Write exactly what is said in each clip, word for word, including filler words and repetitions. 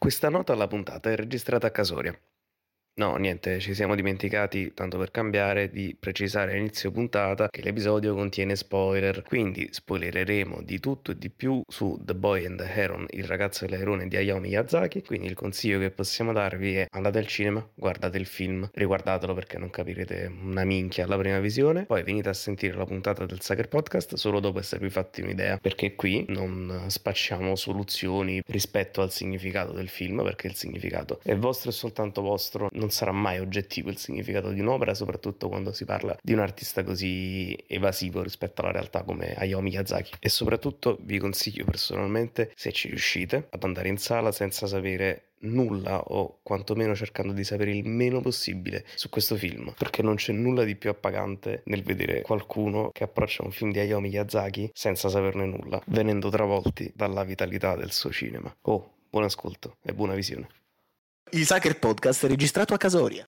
Questa nota alla puntata è registrata a Casoria. No, niente, ci siamo dimenticati, tanto per cambiare, di precisare all'inizio puntata che l'episodio contiene spoiler, quindi spoilereremo di tutto e di più su The Boy and the Heron, il ragazzo e l'airone di Hayao Miyazaki, quindi il consiglio che possiamo darvi è: andate al cinema, guardate il film, riguardatelo perché non capirete una minchia alla prima visione, poi venite a sentire la puntata del Sucker Podcast solo dopo esservi fatti un'idea, perché qui non spacciamo soluzioni rispetto al significato del film, perché il significato è vostro e soltanto vostro. Non sarà mai oggettivo il significato di un'opera, soprattutto quando si parla di un artista così evasivo rispetto alla realtà come Hayao Miyazaki. E soprattutto vi consiglio personalmente, se ci riuscite, ad andare in sala senza sapere nulla, o quantomeno cercando di sapere il meno possibile su questo film, perché non c'è nulla di più appagante nel vedere qualcuno che approccia un film di Hayao Miyazaki senza saperne nulla, venendo travolti dalla vitalità del suo cinema. Oh, buon ascolto e buona visione. Il Sucker Podcast è registrato a Casoria.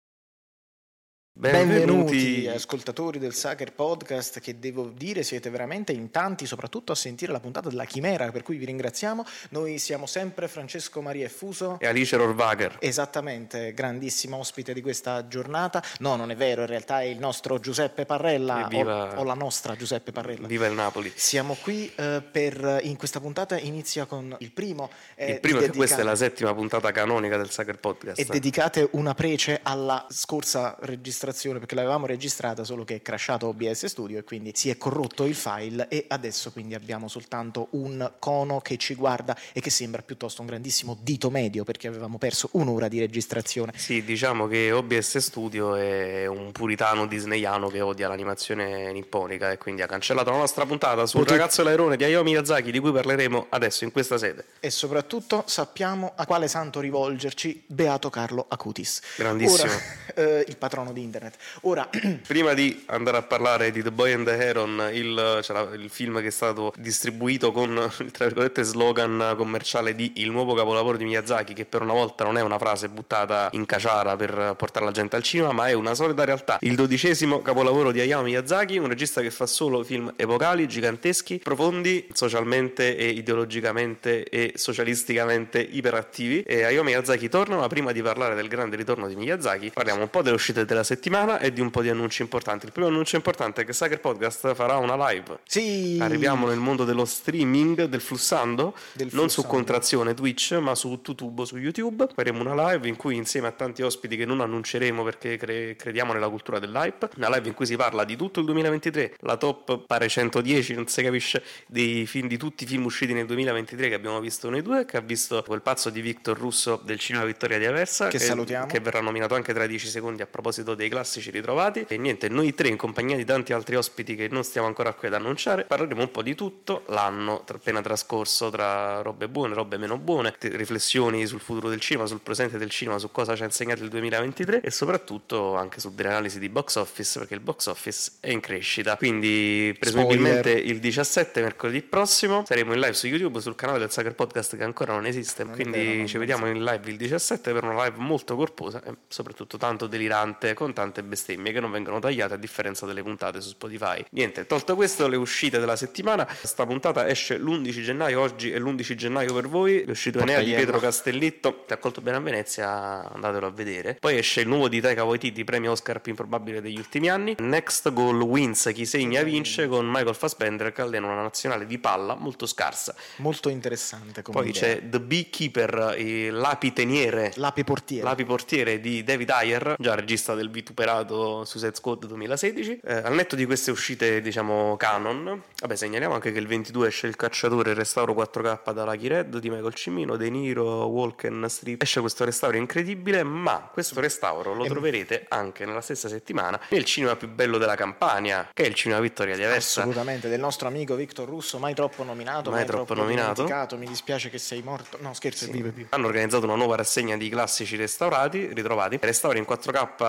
Benvenuti. Benvenuti ascoltatori del Sucker Podcast, che devo dire siete veramente in tanti, soprattutto a sentire la puntata della Chimera, per cui vi ringraziamo. Noi siamo sempre Francesco Maria Effuso e Alice Rohrwacher. Esattamente, grandissimo ospite di questa giornata. No, non è vero, in realtà è il nostro Giuseppe Parrella, viva, o, o la nostra Giuseppe Parrella. Viva il Napoli. Siamo qui eh, per, in questa puntata inizia con il primo. Eh, il primo, che questa è la settima puntata canonica del Sucker Podcast. E dedicate una prece alla scorsa registrazione, perché l'avevamo registrata, solo che è crashato O B S Studio e quindi si è corrotto il file, e adesso quindi abbiamo soltanto un cono che ci guarda e che sembra piuttosto un grandissimo dito medio, perché avevamo perso un'ora di registrazione. Sì, diciamo che O B S Studio è un puritano disneyano che odia l'animazione nipponica e quindi ha cancellato la nostra puntata sul Potrei... ragazzo e l'airone di Hayao Miyazaki, di cui parleremo adesso in questa sede. E soprattutto sappiamo a quale santo rivolgerci: Beato Carlo Acutis. Grandissimo. Ora, eh, il patrono di internet. Ora, prima di andare a parlare di The Boy and the Heron, il, cioè, il film che è stato distribuito con il tra virgolette slogan commerciale di il nuovo capolavoro di Miyazaki, che per una volta non è una frase buttata in caciara per portare la gente al cinema, ma è una solida realtà. Il dodicesimo capolavoro di Hayao Miyazaki, un regista che fa solo film epocali, giganteschi, profondi, socialmente e ideologicamente e socialisticamente iperattivi. E Hayao Miyazaki torna, ma prima di parlare del grande ritorno di Miyazaki parliamo un po' delle uscite della settimana e di un po' di annunci importanti. Il primo annuncio importante è che Sucker Podcast farà una live. Sì. Arriviamo nel mondo dello streaming, del flussando, del non flussando. su contrazione Twitch, ma su YouTube, su YouTube. Faremo una live in cui, insieme a tanti ospiti che non annunceremo perché cre- crediamo nella cultura dell'hype, una live in cui si parla di tutto il duemilaventitré, la top pare centodieci, non si capisce, dei film, di tutti i film usciti nel duemilaventitré che abbiamo visto noi due, che ha visto quel pazzo di Victor Russo del Cinema Vittoria di Aversa, che, che salutiamo, che verrà nominato anche tra dieci secondi a proposito dei classici ritrovati. E niente, noi tre in compagnia di tanti altri ospiti che non stiamo ancora qui ad annunciare parleremo un po' di tutto l'anno appena trascorso, tra robe buone, robe meno buone, riflessioni sul futuro del cinema, sul presente del cinema, su cosa ci ha insegnato il duemilaventitré e soprattutto anche su delle analisi di box office, perché il box office è in crescita. Quindi presumibilmente Spoiler. il diciassette, mercoledì prossimo, saremo in live su YouTube sul canale del Sucker Podcast, che ancora non esiste, non quindi vero, ci vediamo in live il diciassette per una live molto corposa e soprattutto tanto delirante, con tante bestemmie che non vengono tagliate, a differenza delle puntate su Spotify. Niente, tolto questo, le uscite della settimana. Sta puntata esce l'undici gennaio, oggi è l'undici gennaio per voi. È uscito Enea di Pietro Castellitto, che ha accolto bene a Venezia, andatelo a vedere. Poi esce il nuovo di Taika Waititi, premio Oscar più improbabile degli ultimi anni, Next Goal Wins, chi segna vince, con Michael Fassbender che allena una nazionale di palla molto scarsa, molto interessante come poi idea. C'è The Beekeeper, il lapiteniere l'api portiere l'api portiere di David Ayer, già regista del vituperato Suicide Squad duemilasedici. Eh, al netto di queste uscite, diciamo, canon, vabbè, segnaliamo anche che il ventidue esce Il Cacciatore, il restauro quattro K da Lucky Red di Michael Cimino, De Niro, Walken, Strip. Esce questo restauro incredibile, ma questo restauro lo troverete anche nella stessa settimana nel cinema più bello della Campania, che è il Cinema Vittoria di Aversa. Assolutamente, del nostro amico Victor Russo, mai troppo nominato, mai, mai troppo, troppo nominato. Mi dispiace che sei morto. No, scherzo, sì. Vive più. Hanno organizzato una nuova rassegna di classici restaurati, ritrovati, restauri in quattro K sono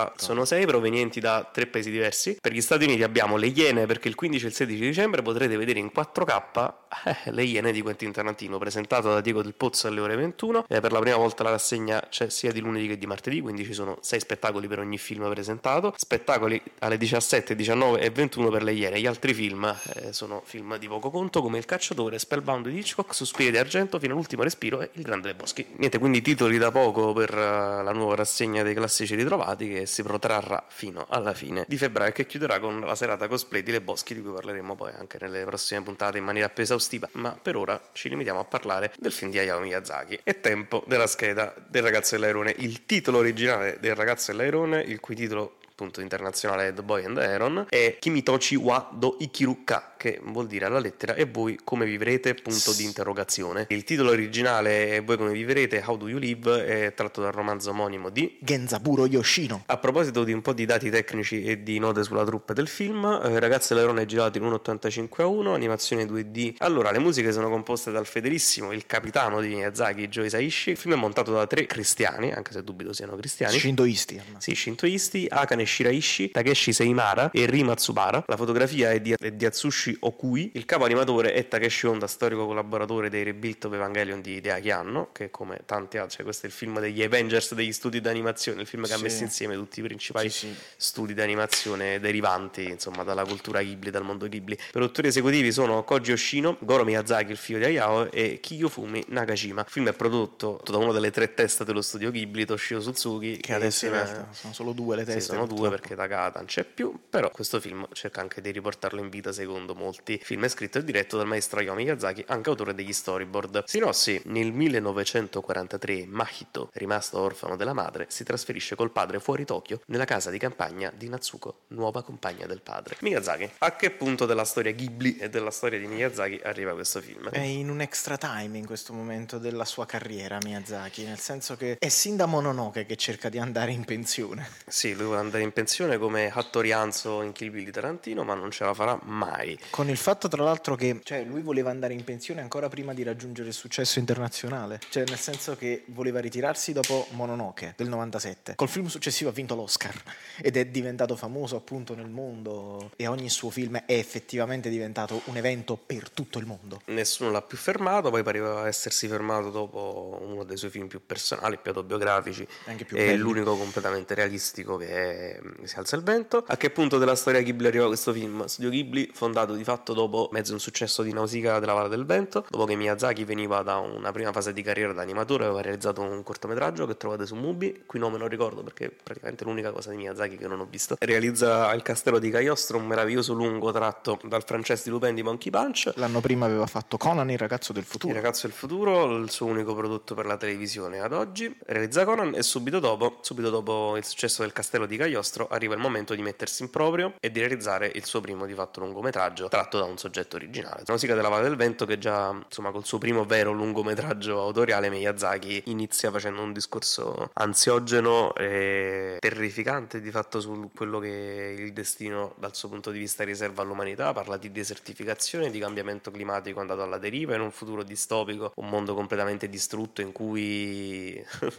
sono sei, provenienti da tre paesi diversi. Per gli Stati Uniti abbiamo Le Iene, perché il quindici e il sedici dicembre potrete vedere in quattro K eh, Le Iene di Quentin Tarantino, presentato da Diego Del Pozzo alle ore ventuno. Eh, per la prima volta la rassegna c'è sia di lunedì che di martedì, quindi ci sono sei spettacoli per ogni film presentato, spettacoli alle diciassette, diciannove e ventuno per Le Iene. Gli altri film eh, sono film di poco conto, come Il Cacciatore, Spellbound di Hitchcock, Sospiri di Argento, Fino all'ultimo respiro e Il Grande dei Boschi. Niente, quindi titoli da poco per uh, la nuova rassegna dei classici ritrovati, che si protrarrà fino alla fine di febbraio, che chiuderà con la serata cosplay di Le Boschi, di cui parleremo poi anche nelle prossime puntate in maniera più esaustiva, ma per ora ci limitiamo a parlare del film di Hayao Miyazaki. È tempo della scheda del Ragazzo dell'Airone, il titolo originale del Ragazzo dell'Airone, il cui titolo appunto internazionale The Boy and the Heron, è Kimitochi wa do Ikiruka, che vuol dire alla lettera e voi come vivrete, punto di interrogazione. Il titolo originale è Voi come vivrete, How do you live, è tratto dal romanzo omonimo di Genzaburo Yoshino. A proposito di un po' di dati tecnici e di note sulla troupe del film, eh, Ragazzi dell'Airone è girato in uno virgola ottantacinque a uno, animazione due D. Allora, le musiche sono composte dal fedelissimo, il capitano di Miyazaki, Joe Hisaishi. Il film è montato da tre cristiani, anche se dubito siano cristiani. Shintoisti. Sì, shintoisti, Akane Shiraishi, Takeshi Seimara e Ri Matsubara. La fotografia è di, è di Atsushi Okui. Il capo animatore è Takeshi Honda, storico collaboratore dei Rebuild of Evangelion di Hideaki Anno, che come tanti altri, cioè questo è il film degli Avengers degli studi d'animazione, il film che sì. ha messo insieme tutti i principali sì, sì. studi d'animazione derivanti, insomma, dalla cultura Ghibli, dal mondo Ghibli. Produttori esecutivi sono Koji Oshino, Goro Miyazaki, il figlio di Hayao, e Kiyofumi Nakashima. Il film è prodotto da una delle tre teste dello studio Ghibli, Toshio Suzuki, che adesso in realtà sono solo due le teste. Sì, sono due perché Takahata non c'è più, però questo film cerca anche di riportarlo in vita secondo molti. Il film è scritto e diretto dal maestro Hayao Miyazaki, anche autore degli storyboard. Sinossi: nel millenovecentoquarantatré Mahito, rimasto orfano della madre, si trasferisce col padre fuori Tokyo nella casa di campagna di Natsuko, nuova compagna del padre. Miyazaki, a che punto della storia Ghibli e della storia di Miyazaki arriva questo film? È in un extra time in questo momento della sua carriera Miyazaki, nel senso che è sin da Mononoke che cerca di andare in pensione. Sì, lui vuole andare in pensione come Hattori Hanzo in Kill Bill di Tarantino, ma non ce la farà mai. Con il fatto tra l'altro che, cioè, lui voleva andare in pensione ancora prima di raggiungere il successo internazionale, cioè nel senso che voleva ritirarsi dopo Mononoke del novantasette. Col film successivo ha vinto l'Oscar ed è diventato famoso appunto nel mondo, e ogni suo film è effettivamente diventato un evento per tutto il mondo. Nessuno l'ha più fermato, poi pareva essersi fermato dopo uno dei suoi film più personali, più autobiografici, anche più è belli. L'unico completamente realistico, che è Si alza il vento. A che punto della storia Ghibli arriva questo film? Studio Ghibli fondato di fatto dopo mezzo un successo di Nausicaa della Valle del Vento, dopo che Miyazaki veniva da una prima fase di carriera da animatore, aveva realizzato un cortometraggio che trovate su Mubi, qui nome non ricordo perché è praticamente l'unica cosa di Miyazaki che non ho visto. Realizza Il Castello di Cagliostro, un meraviglioso lungo tratto dal francese di Lupin di Monkey Punch. L'anno prima aveva fatto Conan, il ragazzo del futuro. Il ragazzo del futuro, il suo unico prodotto per la televisione ad oggi. Realizza Conan e subito dopo, subito dopo il successo del Castello di Cagliostro, arriva il momento di mettersi in proprio e di realizzare il suo primo di fatto lungometraggio tratto da un soggetto originale. Nausicaa della Valle del Vento, che già insomma col suo primo vero lungometraggio autoriale Miyazaki inizia facendo un discorso ansiogeno e terrificante di fatto su quello che il destino dal suo punto di vista riserva all'umanità. Parla di desertificazione, di cambiamento climatico andato alla deriva in un futuro distopico, un mondo completamente distrutto in cui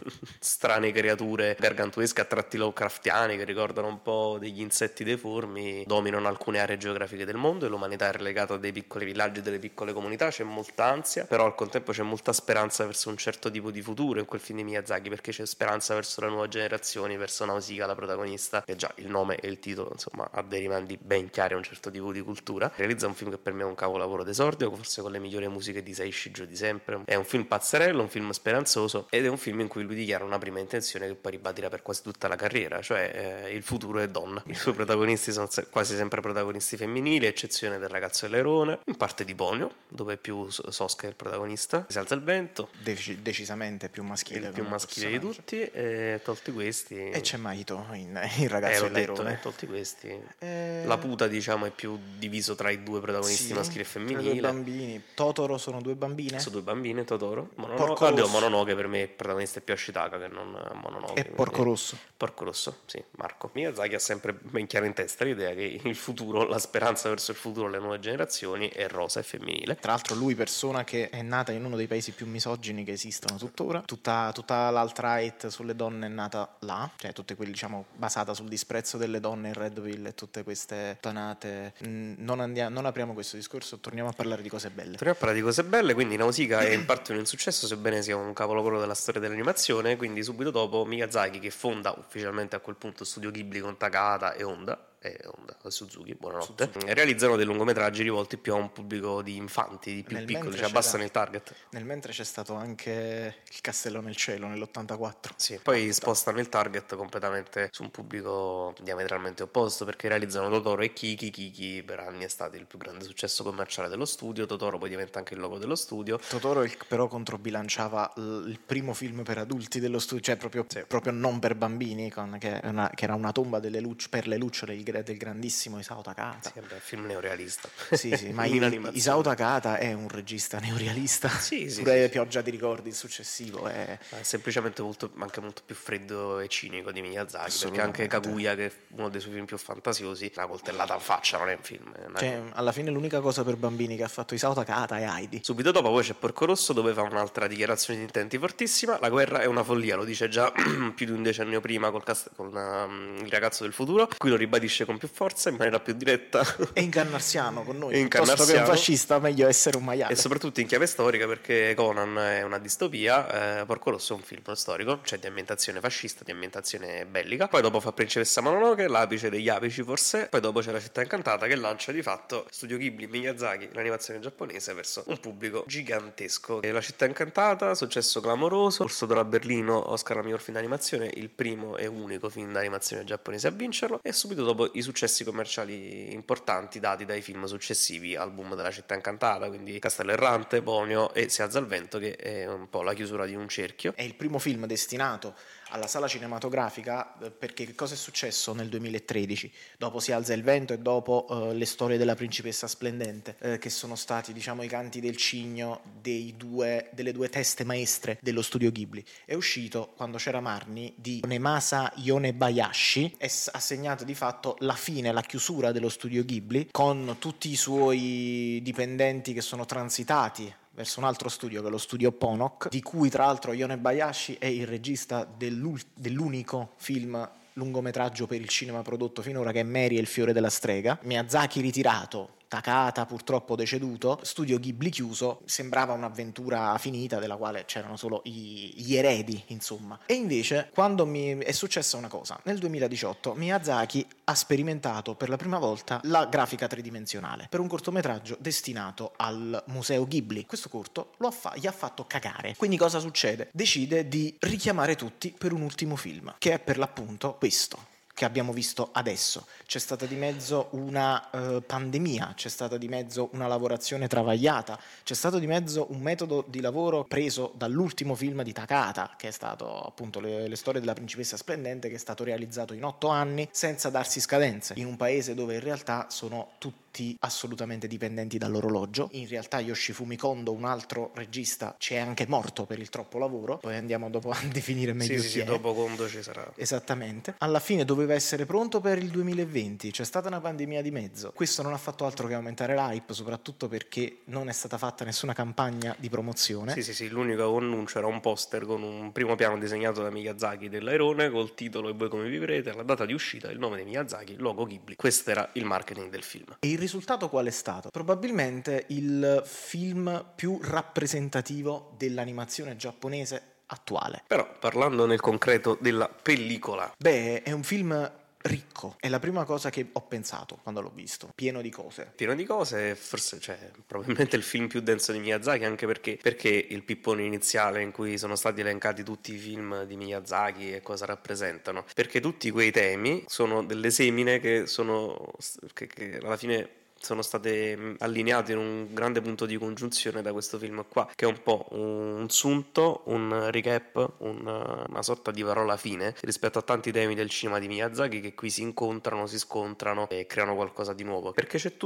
strane creature gargantuesche a tratti Lovecraftiani che ricordano un po' degli insetti deformi dominano alcune aree geografiche del mondo e l'umanità è relegata a dei piccoli villaggi, delle piccole comunità. C'è molta ansia, però al contempo c'è molta speranza verso un certo tipo di futuro in quel film di Miyazaki, perché c'è speranza verso le nuove generazioni, verso Nausicaa, la protagonista, che già il nome e il titolo insomma ha dei rimandi ben chiari a un certo tipo di cultura. Realizza un film che per me è un capolavoro d'esordio, forse con le migliori musiche di Seishi Gio di sempre. È un film pazzerello, un film speranzoso ed è un film in cui lui dichiara una prima intenzione che poi ribadirà per quasi tutta la carriera, cioè eh, il futuro è donna. I suoi protagonisti sono se- quasi sempre protagonisti femminili, eccezione del Ragazzo dell'Airone, in parte di Ponyo, dove è più Sosuke il protagonista. Si alza il vento, Dec- decisamente più maschile, il più maschile di tutti, e tolti questi e c'è Mahito in Il Ragazzo eh, dell'Airone. detto, tolti questi eh... la puta diciamo è più diviso tra i due protagonisti, sì, maschile e femminile. Due bambini. Totoro sono due bambine? Sono due bambine, Totoro. Mononoke, Porco oddio, Rosso. Mononoke per me il protagonista è più Ashitaka che non Mononoke. E Porco Rosso. Porco Rosso, sì, Marco. sbarco. Miyazaki ha sempre ben chiaro in testa l'idea che il futuro, la speranza verso il futuro, le nuove generazioni è rosa e femminile. Tra l'altro lui, persona che è nata in uno dei paesi più misogini che esistono tuttora, tutta, tutta l'alt-right sulle donne è nata là, cioè tutte quelle, diciamo, basata sul disprezzo delle donne in Red Pill e tutte queste tonate. Non, andiamo, non apriamo questo discorso, torniamo a parlare di cose belle. Torniamo a parlare di cose belle, quindi Nausicaa è in parte un insuccesso, sebbene sia un capolavoro della storia dell'animazione. Quindi subito dopo Miyazaki, che fonda ufficialmente a quel punto Studio Ghibli con Takahata e Honda, e Honda, Suzuki, buonanotte, Suzuki. Realizzano dei lungometraggi rivolti più a un pubblico di infanti, di più nel piccoli, cioè abbassano il target. Nel mentre c'è stato anche Il Castello nel cielo nell'ottantaquattro. Sì, poi spostano il target completamente su un pubblico diametralmente opposto, perché realizzano Totoro e Kiki. Kiki per anni è stato il più grande successo commerciale dello studio, Totoro poi diventa anche il logo dello studio. Totoro però controbilanciava il primo film per adulti dello studio, cioè proprio, sì. proprio non per bambini, con, che, una, che era Una tomba delle luc- per le lucciole il del grandissimo Isao Takahata. Sì, beh, film neorealista. Sì, sì, ma Isao Takahata è un regista neorealista. Sì, sì, pure sì, Pioggia di ricordi, il successivo è, è semplicemente molto, anche molto più freddo e cinico di Miyazaki, perché anche Kaguya, che è uno dei suoi film più fantasiosi, una coltellata in faccia, non è un film, è cioè, alla fine l'unica cosa per bambini che ha fatto Isao Takahata è Heidi. Subito dopo poi c'è Porco Rosso, dove fa un'altra dichiarazione di intenti fortissima: la guerra è una follia, lo dice già più di un decennio prima col cast- con um, Il ragazzo del futuro. Qui lo ribadisce con più forza, in maniera più diretta. È incarnarsiano con noi, è piuttosto che un fascista, meglio essere un maiale. E soprattutto in chiave storica, perché Conan è una distopia, eh, Porco Rosso è un film storico, cioè di ambientazione fascista, di ambientazione bellica. Poi dopo fa Principessa Mononoke, l'apice degli apici forse. Poi dopo c'è La città incantata, che lancia di fatto Studio Ghibli, Miyazaki, l'animazione giapponese verso un pubblico gigantesco. E La città incantata, successo clamoroso, Orso d'oro a Berlino, Oscar al miglior film d'animazione, il primo e unico film d'animazione giapponese a vincerlo. E subito dopo i successi commerciali importanti dati dai film successivi al boom della città incantata, quindi Castello Errante, Ponyo e Si alza il vento, che è un po' la chiusura di un cerchio. È il primo film destinato alla sala cinematografica, perché che cosa è successo nel duemilatredici? Dopo Si alza il vento e dopo uh, Le storie della principessa splendente, eh, che sono stati, diciamo, i canti del cigno dei due, delle due teste maestre dello studio Ghibli. È uscito quando c'era Marni di Yonemasa Yonebayashi, è ha segnato di fatto la fine, la chiusura dello studio Ghibli, con tutti i suoi dipendenti che sono transitati verso un altro studio, che è lo studio Ponok, di cui tra l'altro Yonebayashi è il regista dell'unico film lungometraggio per il cinema prodotto finora, che è Mary e il fiore della strega. Miyazaki ritirato, Takahata purtroppo deceduto, studio Ghibli chiuso, sembrava un'avventura finita della quale c'erano solo i, gli eredi, insomma. E invece, quando mi è successa una cosa, nel duemiladiciotto Miyazaki ha sperimentato per la prima volta la grafica tridimensionale per un cortometraggio destinato al museo Ghibli. Questo corto lo ha fa- gli ha fatto cagare. Quindi cosa succede? Decide di richiamare tutti per un ultimo film, che è per l'appunto questo che abbiamo visto adesso. C'è stata di mezzo una uh, pandemia, c'è stata di mezzo una lavorazione travagliata, c'è stato di mezzo un metodo di lavoro preso dall'ultimo film di Takahata, che è stato appunto le, le storie della principessa splendente, che è stato realizzato in otto anni senza darsi scadenze, in un paese dove in realtà sono tutti assolutamente dipendenti dall'orologio. In realtà Yoshifumi Kondo, un altro regista, c'è anche morto per il troppo lavoro, poi andiamo dopo a definire meglio sì, chi sì, è. Sì, dopo Kondo ci sarà. Esattamente. Alla fine doveva essere pronto per il duemilaventi, c'è stata una pandemia di mezzo. Questo non ha fatto altro che aumentare l'hype, soprattutto perché non è stata fatta nessuna campagna di promozione. Sì, sì, sì, l'unico annuncio era un poster con un primo piano disegnato da Miyazaki dell'airone col titolo E voi come vivrete, la data di uscita, il nome di Miyazaki, logo Ghibli. Questo era il marketing del film. E il risultato qual è stato? Probabilmente il film più rappresentativo dell'animazione giapponese attuale. Però parlando nel concreto della pellicola, beh, è un film ricco, è la prima cosa che ho pensato quando l'ho visto, pieno di cose. Pieno di cose, forse, cioè, probabilmente il film più denso di Miyazaki, anche perché, perché il pippone iniziale in cui sono stati elencati tutti i film di Miyazaki e cosa rappresentano, perché tutti quei temi sono delle semine che sono, che, che alla fine sono state allineate in un grande punto di congiunzione da questo film qua, che è un po' un sunto, un recap, un, una sorta di parola fine rispetto a tanti temi del cinema di Miyazaki che qui si incontrano, si scontrano e creano qualcosa di nuovo, perché c'è tutto.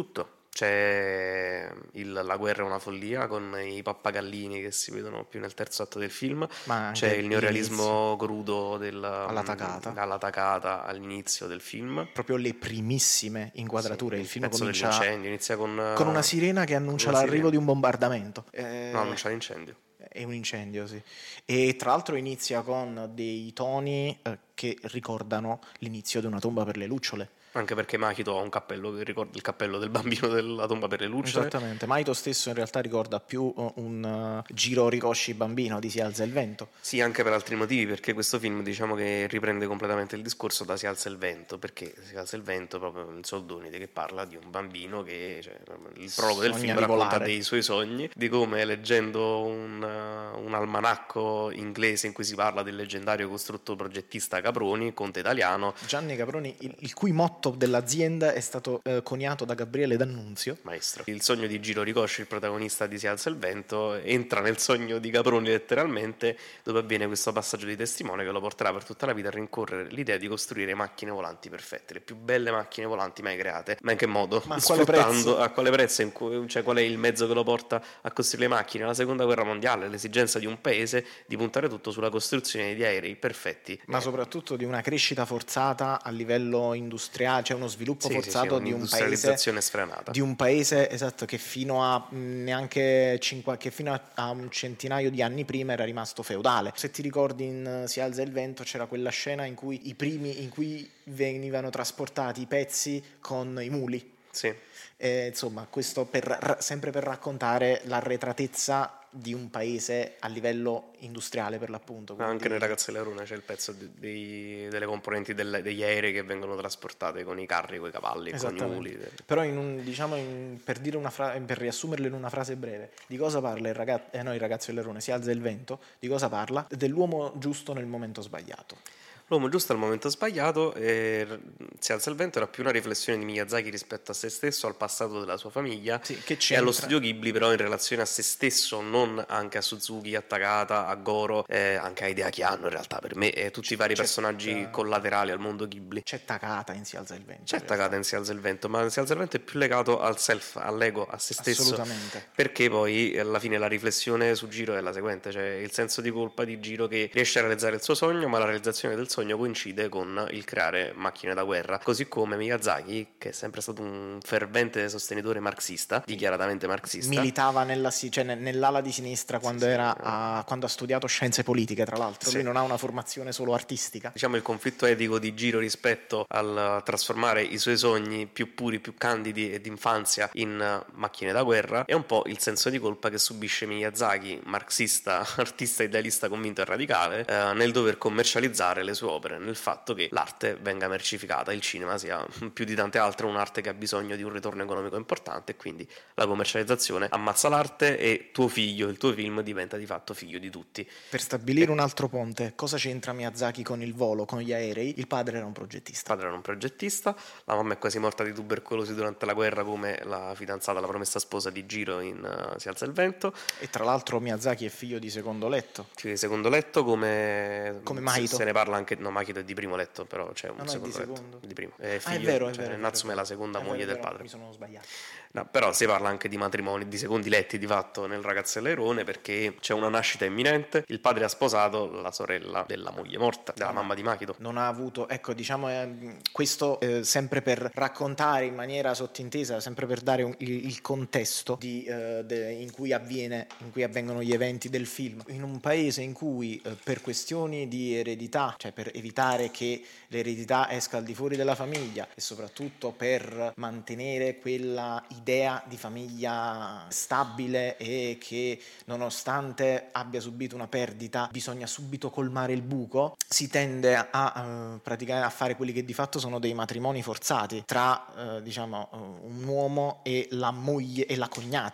C'è il La guerra è una follia con i pappagallini che si vedono più nel terzo atto del film. Ma anche C'è il l'inizio, neorealismo crudo del, alla Takata. alla Takata all'inizio del film. Proprio le primissime inquadrature. Sì, il film pezzo comincia dell'incendio, inizia con, con una sirena che con annuncia una l'arrivo sirena. di un bombardamento. Eh, No, annuncia l'incendio. È un incendio, sì. E tra l'altro inizia con dei toni eh, che ricordano l'inizio di Una tomba per le lucciole. Anche perché Makito ha un cappello che ricorda il cappello del bambino della tomba per le lucciole. Esattamente, Maito stesso in realtà ricorda più uh, un uh, Jiro Rikoshi bambino di Si alza il vento. Sì, anche per altri motivi, perché questo film diciamo che riprende completamente il discorso da Si alza il vento, perché Si alza il vento proprio in soldoni che parla di un bambino che, cioè, il prologo del Sogna film di racconta volare. dei suoi sogni, di come leggendo un, uh, un almanacco inglese in cui si parla del leggendario costrutto progettista Caproni, conte italiano, Gianni Caproni, il, il cui motto dell'azienda è stato eh, coniato da Gabriele D'Annunzio. maestro. Il sogno di Jiro Rikoshi, il protagonista di Si alza il vento, entra nel sogno di Caproni letteralmente, dove avviene questo passaggio di testimone che lo porterà per tutta la vita a rincorrere l'idea di costruire macchine volanti perfette, le più belle macchine volanti mai create. Ma in che modo? Ma a quale Sfruttando prezzo? a quale prezzo, in cui, cioè qual è il mezzo che lo porta a costruire le macchine? La seconda guerra mondiale, l'esigenza di un paese di puntare tutto sulla costruzione di aerei perfetti. Ma Eh, soprattutto di una crescita forzata a livello industriale, cioè uno sviluppo sì, sì, sì, forzato di un paese, un'industrializzazione sfrenata. di un paese esatto, che fino a mh, neanche cinqua- che fino a, a un centinaio di anni prima era rimasto feudale. Se ti ricordi in uh, Si alza il vento c'era quella scena in cui i primi in cui venivano trasportati i pezzi con i muli. Sì. Eh, insomma, questo per, ra- sempre per raccontare l'arretratezza di un paese a livello industriale, per l'appunto. Ma anche quindi- nel Ragazzo dell'Aruna c'è il pezzo di- dei- delle componenti del- degli aerei che vengono trasportate con i carri, con i cavalli, con i Esattamente. muli. Però in un, diciamo in- per, dire una fra- per riassumerlo in una frase breve, di cosa parla il ragazzo, eh no, il ragazzo dell'Erone, Si alza il vento, di cosa parla? Dell'uomo giusto nel momento sbagliato. L'uomo giusto al momento sbagliato, e Si alza il vento era più una riflessione di Miyazaki rispetto a se stesso, al passato della sua famiglia, Sì, che e c'entra? allo studio Ghibli però in relazione a se stesso, non anche a Suzuki, a Takata, a Goro, eh, anche a Hideaki Anno in realtà per me, e tutti i vari c'è- personaggi c'è- collaterali al mondo Ghibli. C'è Takata in Si alza il vento. C'è in realtà. Takata in Si alza il vento, ma Si alza il vento è più legato al self, all'ego, a se stesso. Assolutamente. Perché poi alla fine la riflessione su Jiro è la seguente, cioè il senso di colpa di Jiro che riesce a realizzare il suo sogno, ma la realizzazione del sogno coincide con il creare macchine da guerra, così come Miyazaki, che è sempre stato un fervente sostenitore marxista, dichiaratamente marxista. Militava nella, si- cioè, ne- nell'ala di sinistra quando, sì, era sì. a- quando ha studiato scienze politiche, tra l'altro. Sì. Lui non ha una formazione solo artistica. Diciamo il conflitto etico di Jiro rispetto al trasformare i suoi sogni più puri, più candidi e d'infanzia in macchine da guerra è un po' il senso di colpa che subisce Miyazaki, marxista, artista idealista convinto e radicale, eh, nel dover commercializzare le sue opere, nel fatto che l'arte venga mercificata, il cinema sia più di tante altre un'arte che ha bisogno di un ritorno economico importante, e quindi la commercializzazione ammazza l'arte e tuo figlio, il tuo film diventa di fatto figlio di tutti. Per stabilire un altro ponte, cosa c'entra Miyazaki con il volo, con gli aerei? Il padre era un Il progettista. padre era un progettista, la mamma è quasi morta di tubercolosi durante la guerra come la fidanzata, la promessa sposa di Jiro in uh, Si alza il vento. E tra l'altro Miyazaki è figlio di secondo letto. Figlio di secondo letto come... Come se, Mahito. se ne parla anche... No, Mahito è di primo letto, però c'è un No, no, è di secondo letto. secondo. Di primo. È Ah, è figlio, vero, è cioè, vero. è Natsume è vero. la seconda È moglie vero, è del vero, padre. Mi sono sbagliato. No, però si parla anche di matrimoni, di secondi letti di fatto nel Ragazzo dell'Airone, perché c'è una nascita imminente, il padre ha sposato la sorella della moglie morta, della mamma di Makito. Non ha avuto, ecco, diciamo, eh, questo eh, sempre per raccontare in maniera sottintesa, sempre per dare un- il, il contesto di, eh, de- in cui avviene, in cui avvengono gli eventi del film. In un paese in cui eh, per questioni di eredità, cioè per evitare che l'eredità esca al di fuori della famiglia e soprattutto per mantenere quella idea di famiglia stabile e che nonostante abbia subito una perdita bisogna subito colmare il buco, si tende a, a, praticamente a fare quelli che di fatto sono dei matrimoni forzati tra eh, diciamo eh, un uomo e la moglie e la cognata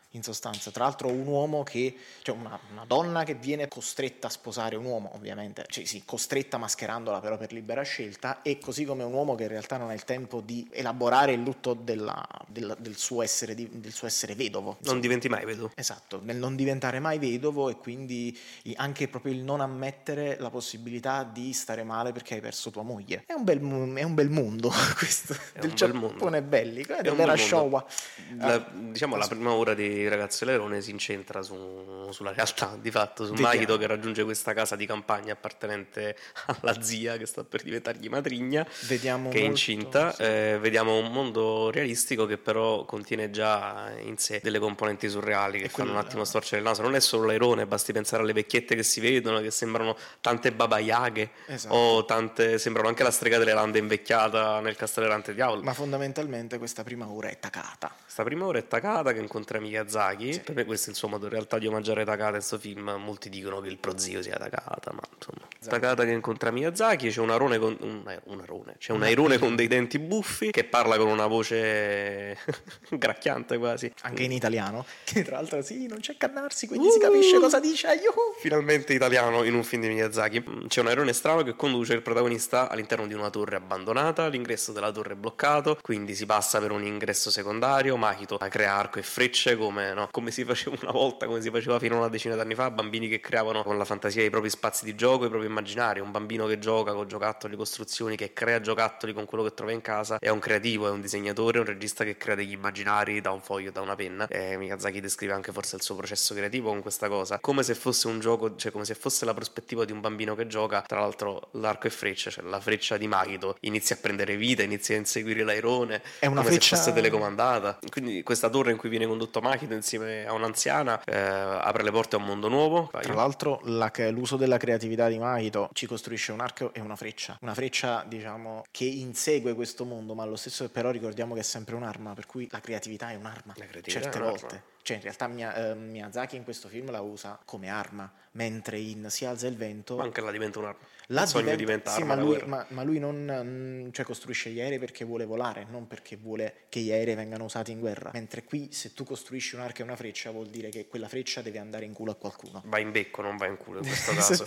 in sostanza. Tra l'altro un uomo che, cioè una, una donna che viene costretta a sposare un uomo, ovviamente, cioè sì, costretta mascherandola però per libera scelta, e così come un uomo che in realtà non ha il tempo di elaborare il lutto della, del, del, suo essere, di, del suo essere vedovo. Insomma. Non diventi mai vedovo. Esatto, nel non diventare mai vedovo, e quindi anche proprio il non ammettere la possibilità di stare male perché hai perso tua moglie. È un bel, è un bel mondo questo, È del un bel Giappone mondo. bellico, è È un dell'era bel mondo. Showa. La, Ah, diciamo la prima ora di Ragazzi Leone si incentra su, sulla realtà, di fatto, su Vediamo. Mahito che raggiunge questa casa di campagna appartenente alla zia che sta per diventargli matrigna, Vediamo che è molto, incinta. sì. Eh, vediamo un mondo realistico che però contiene già in sé delle componenti surreali che E fanno quel- un attimo storcere il naso. Non è solo l'airone, basti pensare alle vecchiette che si vedono, che sembrano tante babaiaghe, Esatto. o tante, sembrano anche la strega delle lande invecchiata nel Castello Errante Diavolo. Ma fondamentalmente questa prima ora è Takata. Questa prima ora è Takata che incontra Miyazaki. Sì. Per me questo è insomma in realtà di omaggiare Takata in questo film. Molti dicono che il prozio sia Takata, ma insomma esatto. Takata che incontra Miyazaki, c'è un arone con un, un arone, c'è un airone con dei denti buffi che parla con una voce gracchiante quasi, anche in italiano, che tra l'altro sì, non c'è accannarsi, quindi uh! si capisce cosa dice. Yuhu! Finalmente italiano in un film di Miyazaki. C'è un airone strano che conduce il protagonista all'interno di una torre abbandonata, l'ingresso della torre è bloccato, quindi si passa per un ingresso secondario. Mahito crea arco e frecce come, no, come si faceva una volta, come si faceva fino a una decina d'anni fa, bambini che creavano con la fantasia i propri spazi di gioco, i propri immaginari. Un bambino che gioca con giocattoli, costruzioni, che crea giocattoli con quello che trova in casa, è un creativo, è un disegnatore, è un regista che crea degli immaginari da un foglio, da una penna. E Miyazaki descrive anche forse il suo processo creativo con questa cosa, come se fosse un gioco, cioè come se fosse la prospettiva di un bambino che gioca. Tra l'altro l'arco e freccia, cioè la freccia di Mahito inizia a prendere vita, inizia a inseguire l'airone, è una come freccia... se fosse telecomandata. Quindi questa torre in cui viene condotto Mahito insieme a un'anziana eh, apre le porte a un mondo nuovo. Vai. Tra l'altro la, l'uso della creatività di Mahito ci costruisce un arco e una freccia, una freccia diciamo che insegue questo mondo, ma allo stesso però ricordiamo che è sempre un'arma, per cui la creatività è un'arma certe è volte. Un'arma. Cioè in realtà Mia, eh, Miyazaki in questo film la usa come arma, mentre in Si alza il vento... Ma anche la diventa un'arma. La il sogno diventa, diventa sì, arma ma da lui, guerra. ma, ma lui non cioè, costruisce gli aerei perché vuole volare, non perché vuole che gli aerei vengano usati in guerra. Mentre qui se tu costruisci un arco e una freccia vuol dire che quella freccia deve andare in culo a qualcuno. Va in becco, non va in culo in questo caso.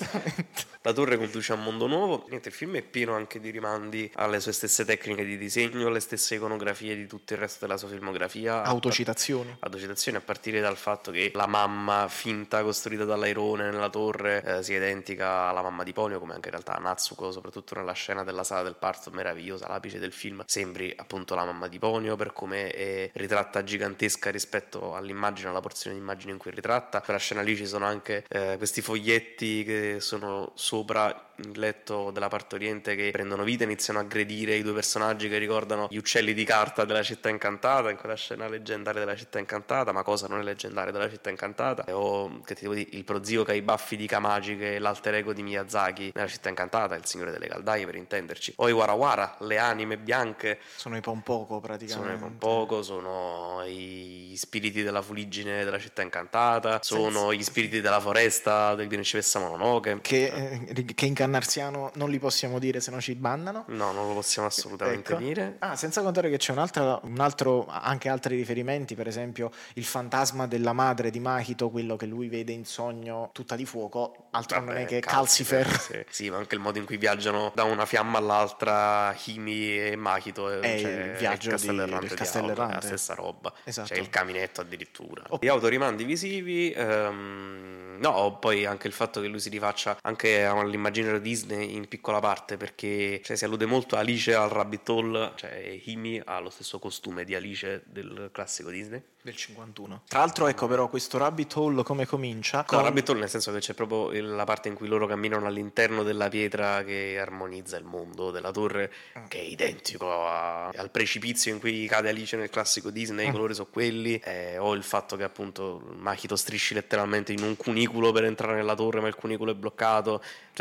La torre conduce a un mondo nuovo. Niente, il film è pieno anche di rimandi alle sue stesse tecniche di disegno, alle stesse iconografie di tutto il resto della sua filmografia. Autocitazioni. Autocitazioni a partire dal fatto che la mamma finta costruita dall'airone nella torre eh, sia identica alla mamma di Ponyo, come anche in realtà Natsuko, soprattutto nella scena della sala del parto meravigliosa, l'apice del film, sembri appunto la mamma di Ponyo per come è ritratta gigantesca rispetto all'immagine, alla porzione di immagine in cui è ritratta. Quella scena lì ci sono anche eh, questi foglietti che sono sopra il letto della partoriente che prendono vita, iniziano a aggredire i due personaggi che ricordano gli uccelli di carta della città incantata, in quella scena leggendaria della città incantata. Ma cosa non è leggendaria della città incantata? O che ti devo dire, il prozio che ha i baffi di Kamaji, che è l'alter ego di Miyazaki nella città incantata, il signore delle caldaie per intenderci, o i Warawara, le anime bianche, sono i Pompoko praticamente, sono i Pompoko, sono i spiriti della fuliggine della città incantata, sono Senza... gli spiriti della foresta del Principessa Mononoke, che, eh, che in Cannarsiano non li possiamo dire, se no ci bannano. No, non lo possiamo assolutamente ecco. dire. Ah, senza contare che c'è un altro, un altro, anche altri riferimenti, per esempio il fantasma della madre di Mahito, quello che lui vede in sogno tutta di fuoco, altro Vabbè, non è che Calcifer. Calcifer sì. sì, ma anche il modo in cui viaggiano da una fiamma all'altra Himi e Mahito, è cioè, il viaggio il Castello di, Errante del Castello Errante, è la stessa roba, esatto. C'è il caminetto addirittura. Oh. Gli autorimandi visivi, um, no, poi anche il fatto che lui si rifaccia anche all'immaginario Disney in piccola parte, perché cioè, si allude molto a Alice al Rabbit Hole, cioè Himi ha lo stesso costume di Alice del classico Disney del cinquantuno. Tra l'altro ecco però questo Rabbit Hole come comincia? Con... No, Rabbit Hole nel senso che c'è proprio la parte in cui loro camminano all'interno della pietra che armonizza il mondo della torre, mm. che è identico a, al precipizio in cui cade Alice nel classico Disney, mm. i colori sono quelli, eh, o il fatto che appunto Mahito strisci letteralmente in un cunicolo per entrare nella torre, ma il cunicolo è bloccato, cioè c'è proprio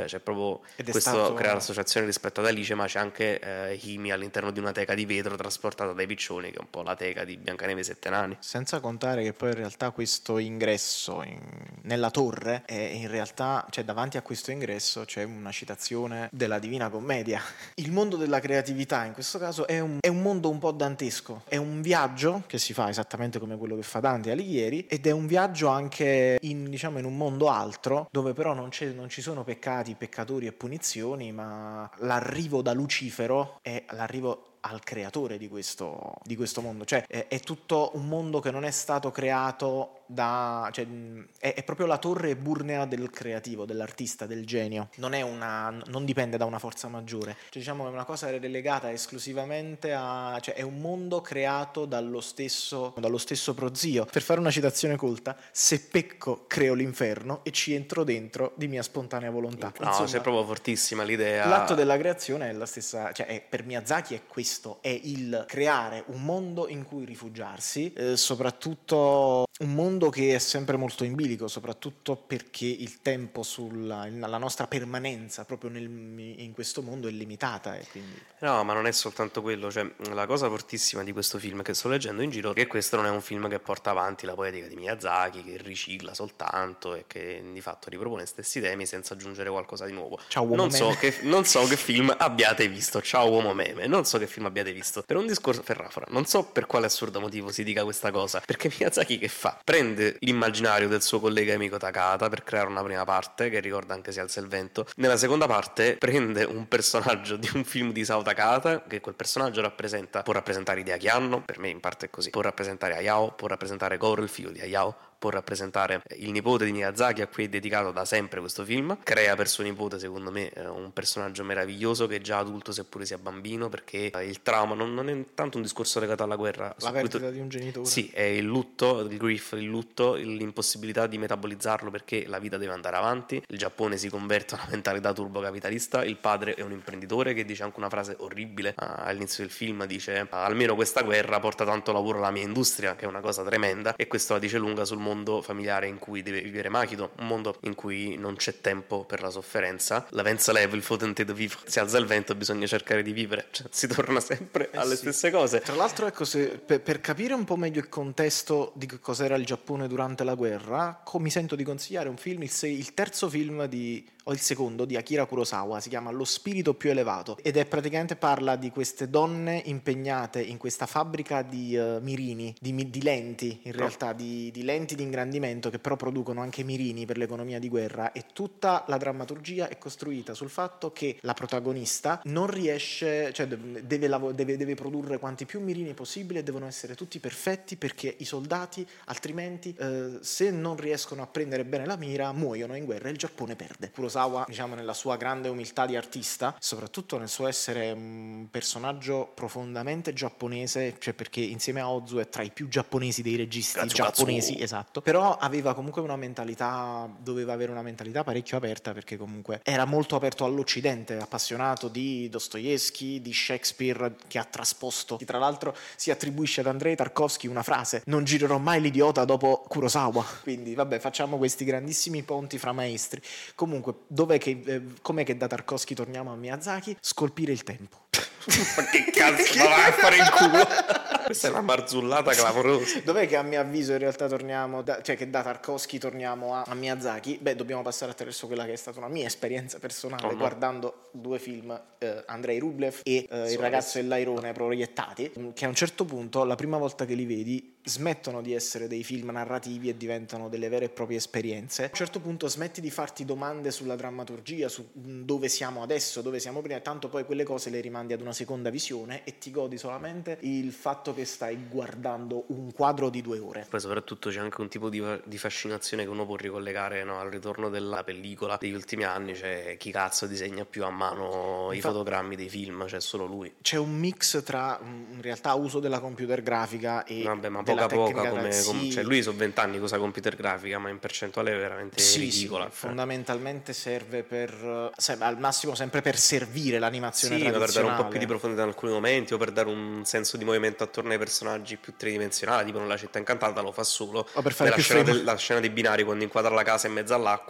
proprio Ed è questo stato- crea l'associazione rispetto ad Alice, ma c'è anche eh, Himi all'interno di una teca di vetro trasportata dai piccioni, che è un po' la teca di Biancaneve e i Sette Nani. Senza contare che poi in realtà questo ingresso in- nella torre è in realtà, cioè davanti a questo ingresso c'è una citazione della Divina Commedia. Il mondo della creatività in questo caso è un, è un mondo un po' dantesco, è un viaggio che si fa esattamente come quello che fa Dante Alighieri, ed è un viaggio anche in, diciamo, in un mondo altro, dove però non, c'è- non ci sono peccati, peccatori e punizioni, ma l'arrivo da Lucifero è l'arrivo al creatore di questo, di questo mondo. Cioè è, è tutto un mondo che non è stato creato da, cioè, mh, è, è proprio la torre eburnea del creativo, dell'artista, del genio. Non è una, non dipende da una forza maggiore. Cioè, diciamo che è una cosa relegata esclusivamente a, cioè è un mondo creato dallo stesso, dallo stesso prozio. Per fare una citazione colta: se pecco creo l'inferno e ci entro dentro di mia spontanea volontà. No, Insomma, c'è proprio fortissima l'idea. l'atto della creazione è la stessa, cioè è, per Miyazaki è questo, è il creare un mondo in cui rifugiarsi, eh, soprattutto un mondo che è sempre molto in bilico, soprattutto perché il tempo sulla la nostra permanenza proprio nel, in questo mondo è limitata, e quindi No, ma non è soltanto quello, cioè la cosa fortissima di questo film che sto leggendo in giro è che questo non è un film che porta avanti la poetica di Miyazaki, che ricicla soltanto e che di fatto ripropone stessi temi senza aggiungere qualcosa di nuovo. Ciao, uomo non so, meme. che, non so che film abbiate visto, ciao uomo meme, non so che film abbiate visto. Per un discorso ferrafora, non so per quale assurdo motivo si dica questa cosa, perché Miyazaki che fa? Prende l'immaginario del suo collega e amico Takata per creare una prima parte che ricorda anche Se alza il vento. Nella seconda parte prende un personaggio di un film di Isao Takata, che quel personaggio rappresenta, può rappresentare Hideaki Anno, per me in parte è così, può rappresentare Hayao, può rappresentare Goro, il figlio di Hayao, può rappresentare il nipote di Miyazaki, a cui è dedicato da sempre questo film. Crea per suo nipote, secondo me, un personaggio meraviglioso che è già adulto seppure sia bambino, perché il trauma non, non è tanto un discorso legato alla guerra, la perdita tu... di un genitore. Sì, è il lutto, il grief, il lutto, l'impossibilità di metabolizzarlo perché la vita deve andare avanti. Il Giappone si converte a una mentalità turbocapitalista, il padre è un imprenditore che dice anche una frase orribile all'inizio del film, dice almeno questa guerra porta tanto lavoro alla mia industria, che è una cosa tremenda, e questo la dice lunga sul mondo familiare in cui deve vivere Makito, un mondo in cui non c'è tempo per la sofferenza. La Vince leva il faut tenter de vivre, si alza il vento, bisogna cercare di vivere, cioè, si torna sempre eh alle sì. stesse cose. Tra l'altro, ecco, se, per, per capire un po' meglio il contesto di che cos'era il Giappone durante la guerra, mi sento di consigliare un film, il, il terzo film di, o il secondo, di Akira Kurosawa, si chiama Lo spirito più elevato, ed è praticamente, parla di queste donne impegnate in questa fabbrica di uh, mirini, di, di lenti in realtà, di, di lenti di ingrandimento, che però producono anche mirini per l'economia di guerra, e tutta la drammaturgia è costruita sul fatto che la protagonista non riesce, cioè deve, deve, deve produrre quanti più mirini possibile e devono essere tutti perfetti, perché i soldati altrimenti eh, se non riescono a prendere bene la mira muoiono in guerra e il Giappone perde. Kurosawa, diciamo, nella sua grande umiltà di artista, soprattutto nel suo essere un personaggio profondamente giapponese, cioè perché insieme a Ozu è tra i più giapponesi dei registi Cazzo, giapponesi, cazzo. esatto, però aveva comunque una mentalità, doveva avere una mentalità parecchio aperta, perché comunque era molto aperto all'Occidente, appassionato di Dostoevsky, di Shakespeare, che ha trasposto. Tra l'altro si attribuisce ad Andrei Tarkovsky una frase: non girerò mai l'idiota dopo Kurosawa. Quindi vabbè, facciamo questi grandissimi ponti fra maestri. Comunque, dov'è che, eh, com'è che da Tarkovsky torniamo a Miyazaki? Scolpire il tempo. Ma che cazzo, ma vai a fare in culo. Questa è una barzullata clamorosa. Dov'è che a mio avviso in realtà torniamo, da, cioè che da Tarkovsky torniamo a, a Miyazaki? Beh, dobbiamo passare attraverso quella che è stata una mia esperienza personale, oh no. guardando due film, eh, Andrei Rublev e eh, Il ragazzo e l'airone proiettati, che a un certo punto, la prima volta che li vedi, smettono di essere dei film narrativi e diventano delle vere e proprie esperienze. A un certo punto smetti di farti domande sulla drammaturgia, su dove siamo adesso, dove siamo prima, tanto poi quelle cose le rimandi ad una seconda visione e ti godi solamente il fatto che stai guardando un quadro di due ore. Poi soprattutto c'è anche un tipo di, di fascinazione che uno può ricollegare, no, al ritorno della pellicola degli ultimi anni, cioè chi cazzo disegna più a mano Infatti, i fotogrammi dei film, c'è solo lui. C'è un mix tra in realtà uso della computer grafica e vabbè, ma della poca poca tecnica, come, sì. come cioè lui sono vent'anni cosa computer grafica, ma in percentuale è veramente sì, ridicola. Sì, fondamentalmente serve per serve, al massimo sempre per servire l'animazione sì, tradizionale. per dare un po' più di profondità in alcuni momenti o per dare un senso di movimento attorno ai personaggi più tridimensionali, tipo nella città incantata lo fa solo, o per fare la, più scena frame. del, la scena dei binari quando inquadra la casa in mezzo all'acqua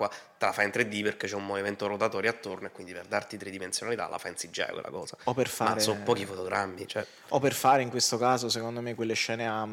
te la fa in tre D perché c'è un movimento rotatorio attorno e quindi per darti tridimensionalità la fa in C G I quella cosa. O per fare... Ma sono pochi fotogrammi, cioè... O per fare in questo caso, secondo me, quelle scene a, a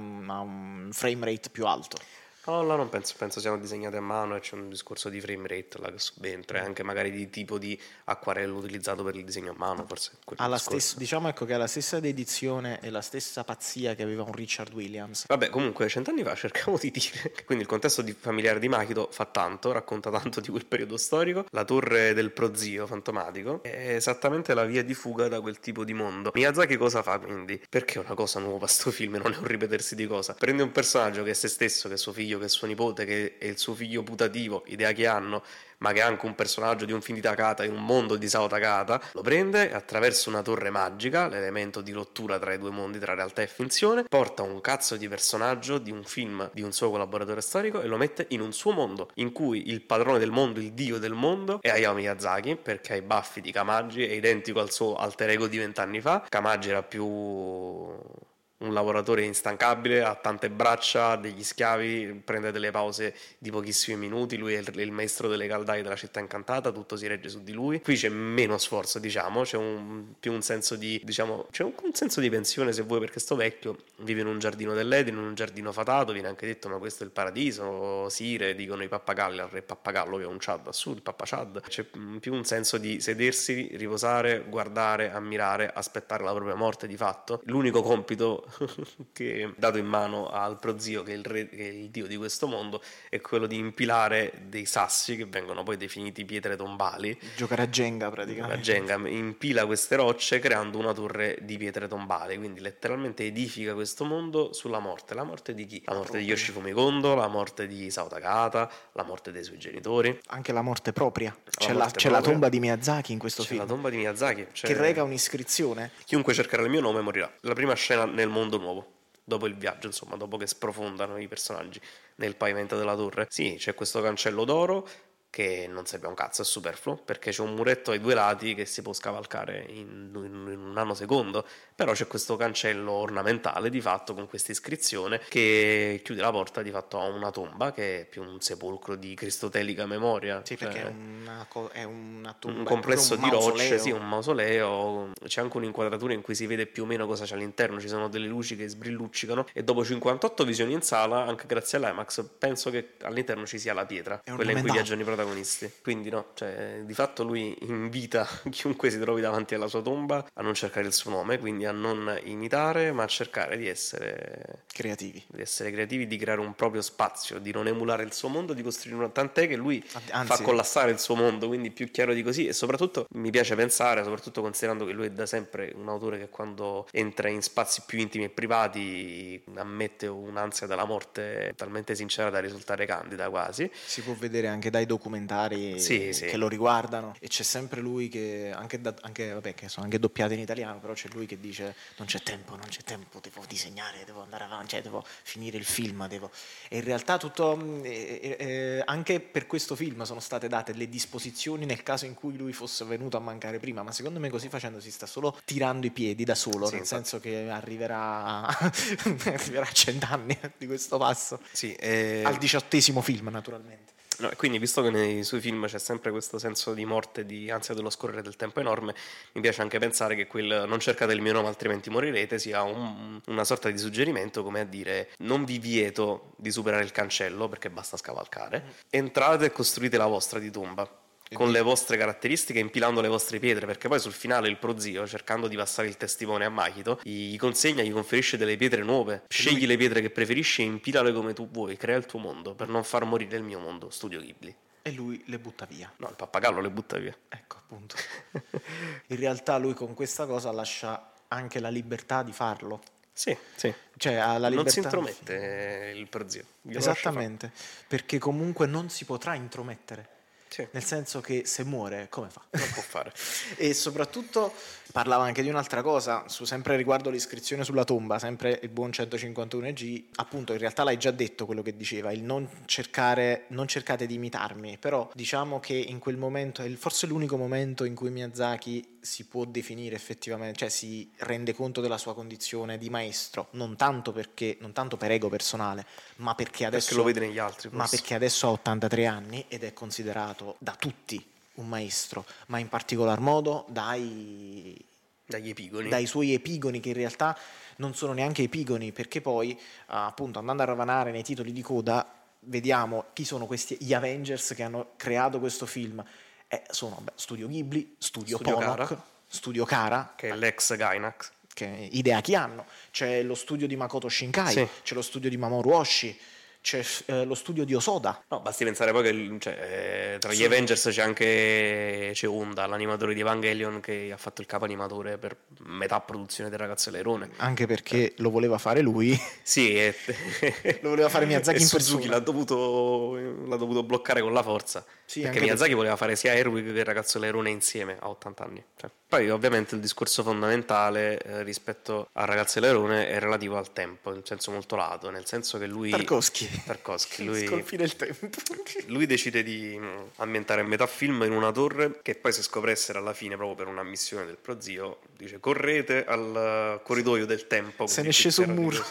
un frame rate più alto. No, là non penso, penso siano disegnate a mano e c'è un discorso di frame rate là che subentra, anche magari di tipo di acquarello utilizzato per il disegno a mano, forse. Alla stessa, diciamo ecco che ha la stessa dedizione e la stessa pazzia che aveva un Richard Williams. Vabbè, comunque cent'anni fa cercavo di dire che quindi il contesto di familiare di Makito fa tanto, racconta tanto di quel periodo storico. La torre del prozio fantomatico è esattamente la via di fuga da quel tipo di mondo. Miyazaki cosa fa quindi? Perché è una cosa nuova sto film, non è un ripetersi di cosa. Prende un personaggio che è se stesso, che è suo figlio, che è suo nipote, che è il suo figlio putativo, idea che hanno, ma che è anche un personaggio di un film di Takata in un mondo di Sao Takata, lo prende attraverso una torre magica, l'elemento di rottura tra i due mondi, tra realtà e finzione, porta un cazzo di personaggio di un film di un suo collaboratore storico e lo mette in un suo mondo, in cui il padrone del mondo, il dio del mondo, è Hayao Miyazaki, perché ha i baffi di Kamagi, è identico al suo alter ego di vent'anni fa. Kamagi era più... un lavoratore instancabile, ha tante braccia, degli schiavi, prende delle pause di pochissimi minuti, lui è il, il maestro delle caldaie della città incantata, tutto si regge su di lui. Qui c'è meno sforzo, diciamo, c'è un, più un senso di, diciamo, c'è un, un senso di pensione, se vuoi, perché sto vecchio vive in un giardino dell'Eden, in un giardino fatato, viene anche detto ma questo è il paradiso, Sire, dicono i pappagalli al re pappagallo che è un Chad a sud, il pappa Chad. C'è più un senso di sedersi, riposare, guardare, ammirare, aspettare la propria morte di fatto. L'unico compito che è dato in mano al prozio, che è il re, che è il dio di questo mondo, è quello di impilare dei sassi che vengono poi definiti pietre tombali. Giocare a Jenga praticamente. A Jenga impila queste rocce creando una torre di pietre tombali, quindi letteralmente edifica questo mondo sulla morte. La morte di chi? La morte di Yoshifumi Kondo, la morte di Sao Takata, la morte dei suoi genitori, anche la morte propria. La c'è, morte la, c'è propria. la tomba di Miyazaki in questo c'è film, la tomba di Miyazaki, cioè... che reca un'iscrizione. Chiunque cercherà il mio nome morirà. La prima scena nel mondo nuovo, dopo il viaggio, insomma, dopo che sprofondano i personaggi nel pavimento della torre. Sì, c'è questo cancello d'oro che non serve a un cazzo, è superfluo, perché c'è un muretto ai due lati che si può scavalcare in, in, in un nanosecondo, però c'è questo cancello ornamentale di fatto con questa iscrizione che chiude la porta di fatto a una tomba che è più un sepolcro di cristotelica memoria. Sì, cioè, perché è una, è una tomba, un complesso un di mausoleo. rocce, sì, un mausoleo. C'è anche un'inquadratura in cui si vede più o meno cosa c'è all'interno, ci sono delle luci che sbrilluccicano e dopo cinquantotto visioni in sala, anche grazie all'IMAX, penso che all'interno ci sia la pietra, quella in cui viaggiano i protagonisti. Quindi no, cioè di fatto lui invita chiunque si trovi davanti alla sua tomba a non cercare il suo nome, quindi a non imitare, ma a cercare di essere creativi, di essere creativi, di creare un proprio spazio, di non emulare il suo mondo, di costruire una... tant'è che lui Anzi, fa collassare il suo mondo, quindi più chiaro di così. E soprattutto mi piace pensare, soprattutto considerando che lui è da sempre un autore che quando entra in spazi più intimi e privati ammette un'ansia della morte talmente sincera da risultare candida quasi. Si può vedere anche dai documentari sì, sì. che lo riguardano, e c'è sempre lui che anche, da, anche vabbè che sono anche doppiate in italiano, però c'è lui che dice non c'è tempo, non c'è tempo, devo disegnare, devo andare avanti, cioè devo finire il film, devo... e in realtà tutto eh, eh, anche per questo film sono state date le disposizioni nel caso in cui lui fosse venuto a mancare prima, ma secondo me così facendo si sta solo tirando i piedi da solo, sì, nel infatti. senso che arriverà arriverà a cent'anni di questo passo, sì, eh... al diciottesimo film naturalmente. No, quindi visto che nei suoi film c'è sempre questo senso di morte, di ansia dello scorrere del tempo enorme, mi piace anche pensare che quel non cercate il mio nome altrimenti morirete sia un, una sorta di suggerimento, come a dire non vi vieto di superare il cancello perché basta scavalcare, entrate e costruite la vostra di tomba con le vostre caratteristiche, impilando le vostre pietre, perché poi sul finale il prozio, cercando di passare il testimone a Makito, gli consegna, gli conferisce delle pietre nuove, scegli le pietre che preferisci e impilale come tu vuoi, crea il tuo mondo per non far morire il mio mondo, Studio Ghibli. E lui le butta via. No, il pappagallo le butta via. Ecco, appunto. In realtà lui con questa cosa lascia anche la libertà di farlo. Sì, sì. Cioè, ha la libertà. Non si intromette il prozio. Esattamente, perché comunque non si potrà intromettere. Sì. Nel senso che se muore come fa? Non può fare. E soprattutto parlava anche di un'altra cosa, su, sempre riguardo l'iscrizione sulla tomba, sempre il buon centocinquantuno G, appunto in realtà l'hai già detto quello che diceva, il non cercare, non cercate di imitarmi, però diciamo che in quel momento è forse l'unico momento in cui Miyazaki si può definire effettivamente, cioè si rende conto della sua condizione di maestro, non tanto perché, non tanto per ego personale, ma perché adesso, perché lo vede negli altri, ma forse. perché adesso ha ottantatré anni ed è considerato da tutti un maestro, ma in particolar modo dai, dagli epigoni, dai suoi epigoni, che in realtà non sono neanche epigoni, perché poi appunto andando a ravanare nei titoli di coda vediamo chi sono questi gli Avengers che hanno creato questo film. Eh, sono beh, Studio Ghibli, Studio, Studio Ponok, Kara. Studio Kara, che è l'ex Gainax, che idea chi hanno, c'è lo studio di Makoto Shinkai, sì. C'è lo studio di Mamoru Oshii, c'è eh, lo studio di Osoda. No, basti pensare poi che cioè, tra gli sì. Avengers c'è anche c'è Honda, l'animatore di Evangelion, che ha fatto il capo animatore per metà produzione del Ragazzo Leone. Anche perché eh. lo voleva fare lui. Sì, e... lo voleva fare Miyazaki e in Suzuki persona. l'ha dovuto, l'ha dovuto bloccare con la forza. Sì, perché Miyazaki perché... voleva fare sia Erwig che il Ragazzo Leone insieme a ottanta anni. Cioè. Poi ovviamente il discorso fondamentale eh, rispetto al Ragazzo Leone è relativo al tempo, in senso molto lato, nel senso che lui... Tarkovsky. Tarkovsky lui... Sconfina il tempo. Lui decide di ambientare metà film in una torre che poi si scopre essere alla fine, proprio per una missione del prozio, dice correte al corridoio del tempo. Se ne è sceso un muro.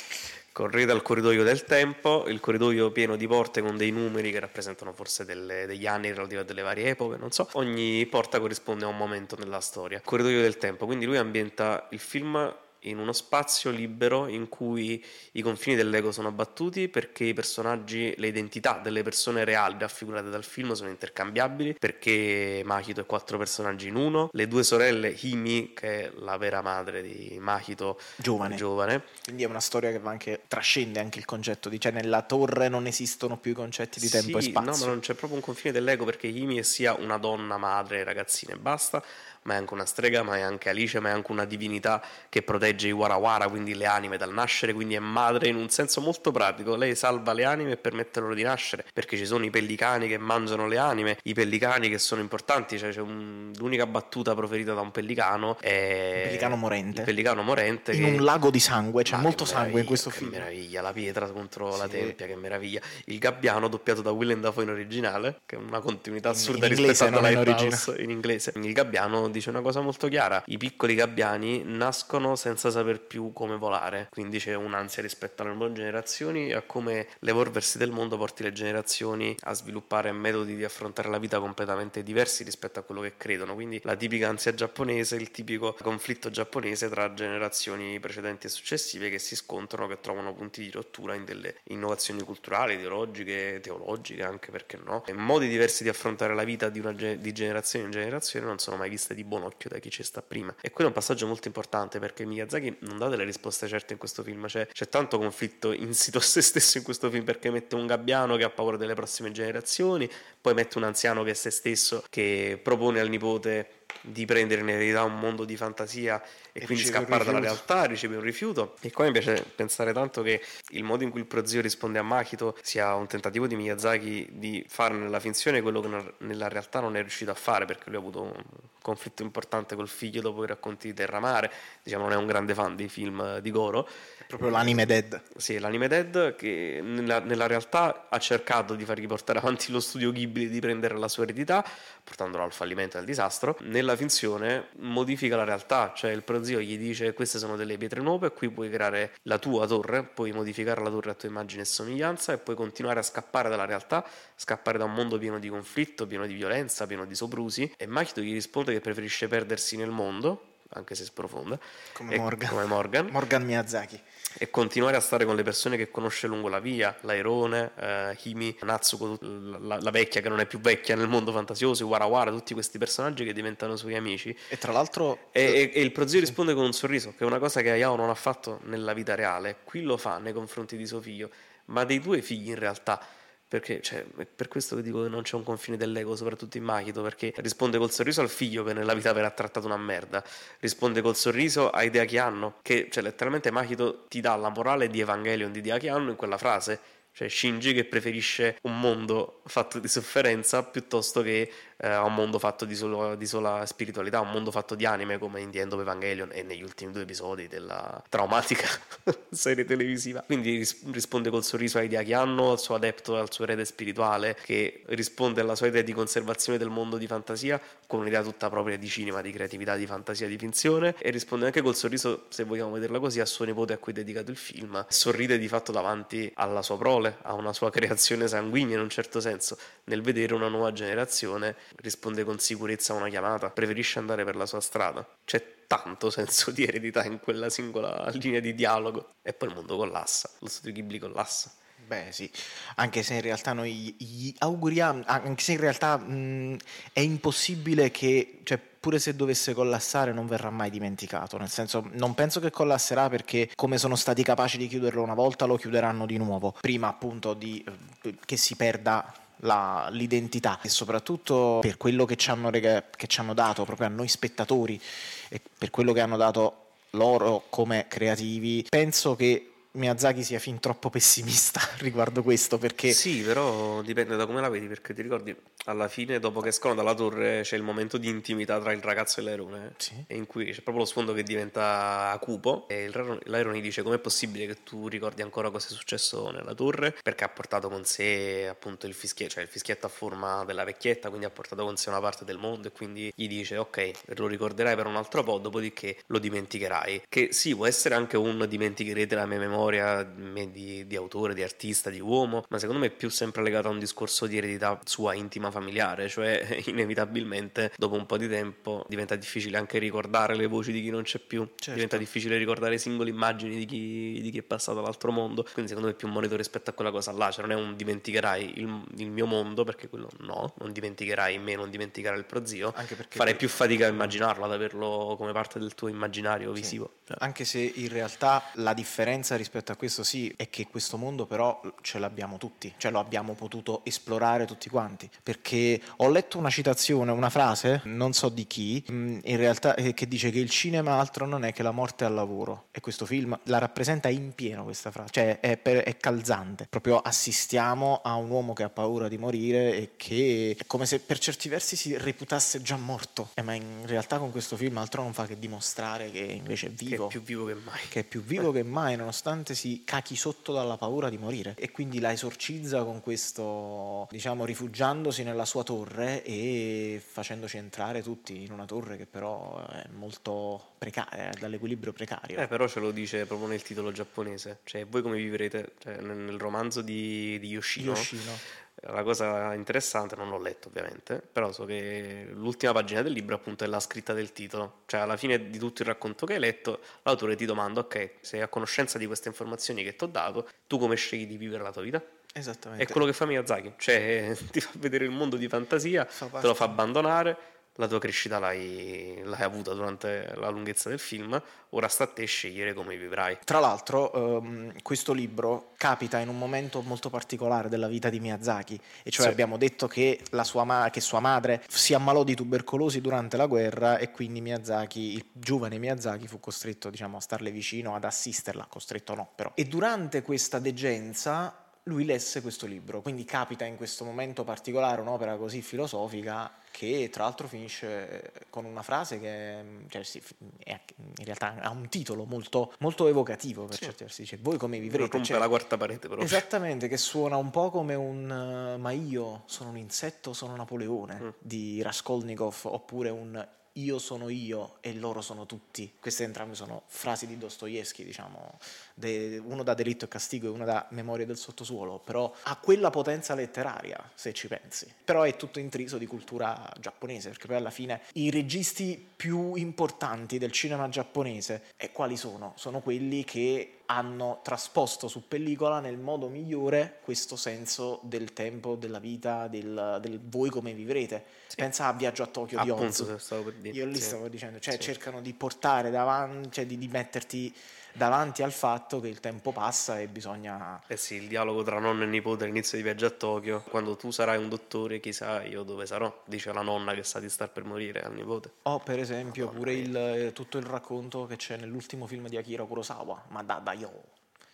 Correte al corridoio del tempo, il corridoio pieno di porte con dei numeri che rappresentano forse delle, degli anni relativi a delle varie epoche, non so. Ogni porta corrisponde a un momento nella storia. Corridoio del tempo, quindi lui ambienta il film in uno spazio libero in cui i confini dell'ego sono abbattuti, perché i personaggi, le identità delle persone reali raffigurate dal film sono intercambiabili, perché Mahito è quattro personaggi in uno, le due sorelle, Himi, che è la vera madre di Mahito giovane, giovane. Quindi è una storia che va anche, trascende anche il concetto di, cioè nella torre non esistono più i concetti di sì, tempo e spazio. No, ma non c'è proprio un confine dell'ego, perché Himi è sia una donna, madre, ragazzina e basta, ma è anche una strega, ma è anche Alice, ma è anche una divinità che protegge i Warawara, quindi le anime dal nascere, quindi è madre in un senso molto pratico. Lei salva le anime e permette loro di nascere, perché ci sono i pellicani che mangiano le anime, i pellicani che sono importanti, cioè c'è un, l'unica battuta proferita da un pellicano è il pellicano morente, il pellicano morente in che... un lago di sangue, c'è molto sangue in questo che film. Che meraviglia, la pietra contro sì. la tempia, che meraviglia. Il gabbiano doppiato da Willem Dafoe in originale, che è una continuità assurda in, in rispetto inglese, a The Lighthouse in inglese. Il gabbiano dice una cosa molto chiara: i piccoli gabbiani nascono senza saper più come volare, quindi c'è un'ansia rispetto alle nuove generazioni e a come l'evolversi del mondo porti le generazioni a sviluppare metodi di affrontare la vita completamente diversi rispetto a quello che credono. Quindi la tipica ansia giapponese, il tipico conflitto giapponese tra generazioni precedenti e successive che si scontrano, che trovano punti di rottura in delle innovazioni culturali, ideologiche, teologiche anche, perché no, e modi diversi di affrontare la vita di, una, di generazione in generazione non sono mai viste di buon occhio da chi ci sta prima. E quello è un passaggio molto importante, perché Miyazaki non dà delle risposte certe in questo film, cioè, c'è tanto conflitto insito a se stesso in questo film, perché mette un gabbiano che ha paura delle prossime generazioni, poi mette un anziano che è se stesso, che propone al nipote di prendere in eredità un mondo di fantasia e, e quindi scappare dalla realtà, riceve un rifiuto. E qua mi piace pensare tanto che il modo in cui il prozio risponde a Mahito sia un tentativo di Miyazaki di fare nella finzione quello che nella realtà non è riuscito a fare, perché lui ha avuto un conflitto importante col figlio dopo i racconti di Terramare, diciamo non è un grande fan dei film di Goro. È proprio l'anime dead. Sì, l'anime dead, che nella, nella realtà ha cercato di fargli portare avanti lo studio Ghibli, di prendere la sua eredità, portandolo al fallimento e al disastro. Nella finzione modifica la realtà, cioè il prozio gli dice: queste sono delle pietre nuove, qui puoi creare la tua torre, puoi modificare la torre a tua immagine e somiglianza e puoi continuare a scappare dalla realtà, scappare da un mondo pieno di conflitto, pieno di violenza, pieno di soprusi. E Mahito gli risponde che preferisce perdersi nel mondo, anche se sprofonda, come Morgan. come Morgan Morgan Miyazaki, e continuare a stare con le persone che conosce lungo la via, l'Airone, eh, Himi, Natsuko, la, la vecchia che non è più vecchia nel mondo fantasioso, i Warawara, tutti questi personaggi che diventano suoi amici. E tra l'altro e, e, e il prozio sì. risponde con un sorriso, che è una cosa che Hayao non ha fatto nella vita reale, qui lo fa nei confronti di suo figlio, ma dei due figli in realtà. Perché, cioè, è per questo che dico che non c'è un confine dell'ego, soprattutto in Mahito, perché risponde col sorriso al figlio che nella vita verrà trattato una merda, risponde col sorriso a Hideaki Anno, che, cioè, letteralmente Mahito ti dà la morale di Evangelion di Hideaki Anno in quella frase: Cioè Shinji che preferisce un mondo fatto di sofferenza piuttosto che eh, un mondo fatto di, solo, di sola spiritualità, un mondo fatto di anime come in The End of Evangelion e negli ultimi due episodi della traumatica serie televisiva. Quindi ris- risponde col sorriso all'idea che hanno, al suo adepto, al suo erede spirituale, che risponde alla sua idea di conservazione del mondo di fantasia con un'idea tutta propria di cinema, di creatività, di fantasia, di finzione, e risponde anche col sorriso, se vogliamo vederla così, a suo nipote a cui è dedicato il film. Sorride di fatto davanti alla sua prole, a una sua creazione sanguigna in un certo senso. Nel vedere una nuova generazione risponde con sicurezza a una chiamata, preferisce andare per la sua strada. C'è tanto senso di eredità in quella singola linea di dialogo e poi il mondo collassa, lo studio Ghibli collassa. Beh sì, anche se in realtà noi gli auguriamo, anche se in realtà mh, è impossibile che, cioè pure se dovesse collassare non verrà mai dimenticato, nel senso non penso che collasserà perché come sono stati capaci di chiuderlo una volta lo chiuderanno di nuovo, prima appunto di eh, che si perda la, l'identità e soprattutto per quello che ci, hanno rega- che ci hanno dato proprio a noi spettatori e per quello che hanno dato loro come creativi, penso che Miyazaki sia fin troppo pessimista riguardo questo perché Sì, però dipende da come la vedi, perché ti ricordi, alla fine, dopo che escono dalla torre, c'è il momento di intimità tra il ragazzo e l'airone, sì. eh, in cui c'è proprio lo sfondo che diventa cupo, e il Rairo- l'airone dice: com'è possibile che tu ricordi ancora cosa è successo nella torre? Perché ha portato con sé appunto il fischietto, cioè il fischietto a forma della vecchietta, quindi ha portato con sé una parte del mondo, e quindi gli dice: ok, lo ricorderai per un altro po', dopodiché lo dimenticherai. Che sì, può essere anche un dimenticherete la mia memoria di, di autore, di artista, di uomo, ma secondo me è più sempre legato a un discorso di eredità sua intima familiare, cioè inevitabilmente dopo un po' di tempo diventa difficile anche ricordare le voci di chi non c'è più, Certo. diventa difficile ricordare singole immagini di chi, di chi è passato all'altro mondo, quindi secondo me è più monito rispetto a quella cosa là, cioè non è un dimenticherai il, il mio mondo, perché quello no, non dimenticherai me, non dimenticherai il prozio, Anche perché farei que- più fatica a immaginarlo, ad averlo come parte del tuo immaginario sì. visivo. Cioè. Anche se in realtà la differenza rispetto a questo sì è che questo mondo però ce l'abbiamo tutti, cioè lo abbiamo potuto esplorare tutti quanti, perché ho letto una citazione, una frase, non so di chi, mh, in realtà eh, che dice che il cinema altro non è che la morte al lavoro, e questo film la rappresenta in pieno questa frase, cioè è, per- è calzante, proprio assistiamo a un uomo che ha paura di morire e che è come se per certi versi si reputasse già morto, eh, ma in realtà con questo film altro non fa che dimostrare che invece è Che è vivo, più vivo che mai. che è più vivo che mai nonostante si cachi sotto dalla paura di morire, e quindi la esorcizza con questo, diciamo, rifugiandosi nella sua torre e facendoci entrare tutti in una torre che però è molto precaria, dall'equilibrio precario. Eh, però ce lo dice proprio nel titolo giapponese, cioè voi come vivrete, cioè nel, nel romanzo di, di Yoshino, Yoshino. la cosa interessante, non l'ho letto ovviamente, però so che l'ultima pagina del libro appunto è la scritta del titolo, cioè alla fine di tutto il racconto che hai letto, l'autore ti domanda: ok, sei a conoscenza di queste informazioni che ti ho dato, tu come scegli di vivere la tua vita? È Esattamente. quello che fa Miyazaki, cioè ti fa vedere il mondo di fantasia, Fa te lo fa parte. abbandonare, la tua crescita l'hai, l'hai avuta durante la lunghezza del film, ora sta a te scegliere come vivrai. Tra l'altro, ehm, questo libro capita in un momento molto particolare della vita di Miyazaki, e cioè Sì. abbiamo detto che, la sua, ma- che sua madre si ammalò di tubercolosi durante la guerra e quindi Miyazaki, il giovane Miyazaki, fu costretto, diciamo, a starle vicino, ad assisterla, costretto no però. E durante questa degenza lui lesse questo libro, quindi capita in questo momento particolare un'opera così filosofica che tra l'altro finisce con una frase che, cioè, sì, è- in realtà ha un titolo molto, molto evocativo per Sì. certi versi, dice voi come Non vivrete, rompe cioè, la quarta parete proprio. esattamente, che suona un po' come un eh, ma io sono un insetto, sono Napoleone Mm. di Raskolnikov, oppure un io sono io e loro sono tutti. Queste entrambe sono frasi di Dostoevsky, diciamo, de- uno da Delitto e Castigo e uno da Memorie del sottosuolo, però ha quella potenza letteraria, se ci pensi. Però è tutto intriso di cultura giapponese, perché poi alla fine i registi più importanti del cinema giapponese, e quali sono? Sono quelli che hanno trasposto su pellicola nel modo migliore questo senso del tempo, della vita, del, del voi come vivrete. Sì. Pensa a Viaggio a Tokyo di Appunto, Ozu. se stavo per dire. Io lì Sì. stavo dicendo, cioè Sì. cercano di portare davanti, cioè di, di metterti davanti al fatto che il tempo passa e bisogna... Eh sì, il dialogo tra nonna e nipote all'inizio di Viaggio a Tokyo: quando tu sarai un dottore, chissà io dove sarò, dice la nonna che sa di star per morire al nipote. O per esempio Madonna pure mia. il, eh, tutto il racconto che c'è nell'ultimo film di Akira Kurosawa, Madada Yo,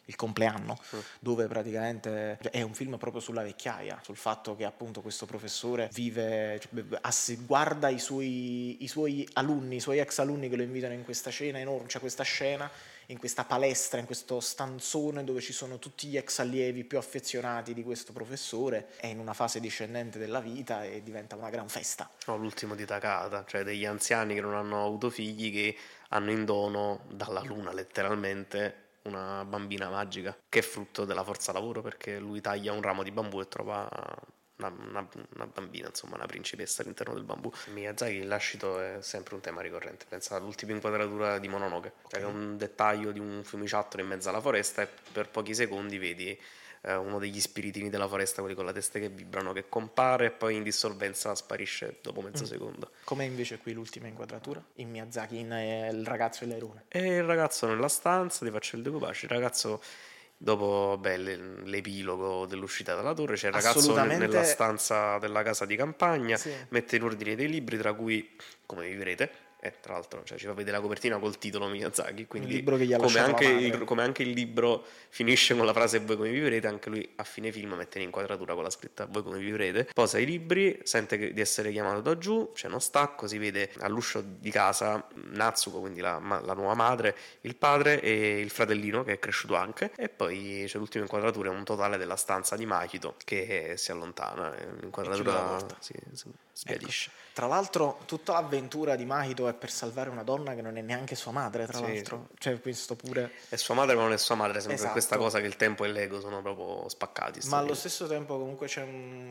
il compleanno, Mm. dove praticamente è un film proprio sulla vecchiaia, sul fatto che appunto questo professore vive, cioè, ass- guarda i suoi, i suoi alunni, i suoi ex alunni che lo invitano in questa cena enorme, c'è questa scena in questa palestra, in questo stanzone dove ci sono tutti gli ex allievi più affezionati di questo professore, è in una fase discendente della vita e diventa una gran festa. No, l'ultimo di Takata, cioè degli anziani che non hanno avuto figli, che hanno in dono dalla luna letteralmente una bambina magica, che è frutto della forza lavoro, perché lui taglia un ramo di bambù e trova una, una, una bambina, insomma una principessa all'interno del bambù. Miyazaki, il lascito è sempre un tema ricorrente. Pensa all'ultima inquadratura di Mononoke, cioè che è un dettaglio di un fiumiciattolo in mezzo alla foresta e per pochi secondi vedi eh, uno degli spiritini della foresta, quelli con la testa che vibrano, che compare e poi in dissolvenza sparisce dopo mezzo Mm. secondo. Com'è invece qui l'ultima inquadratura? In Miyazaki, in eh, Il ragazzo e l'airone. E il ragazzo nella stanza, ti faccio il decoupage, il ragazzo dopo beh, le- l'epilogo dell'uscita dalla torre, c'è il ragazzo ne- Assolutamente nella stanza della casa di campagna, sì. mette in ordine dei libri, tra cui Come vivrete, e tra l'altro cioè, ci fa vedere la copertina col titolo Miyazaki, Il quindi libro che gli ha come lasciato anche, la il, madre. come anche il libro finisce con la frase voi come vivrete, anche lui a fine film mette in inquadratura con la scritta voi come vivrete, posa i libri, sente che- di essere chiamato da giù, c'è uno stacco, si vede all'uscio di casa Natsuko, quindi la, ma- la nuova madre, il padre e il fratellino che è cresciuto anche, e poi c'è l'ultima inquadratura, un totale della stanza di Mahito che si allontana, e chiude la l'inquadratura porta. si, si sbiadisce. Ecco. Tra l'altro tutta l'avventura di Mahito è per salvare una donna che non è neanche sua madre, tra Sì, l'altro. Cioè questo pure... è sua madre ma non è sua madre, sempre Esatto. questa cosa che il tempo e l'ego sono proprio spaccati. sto Ma allo film. stesso tempo comunque c'è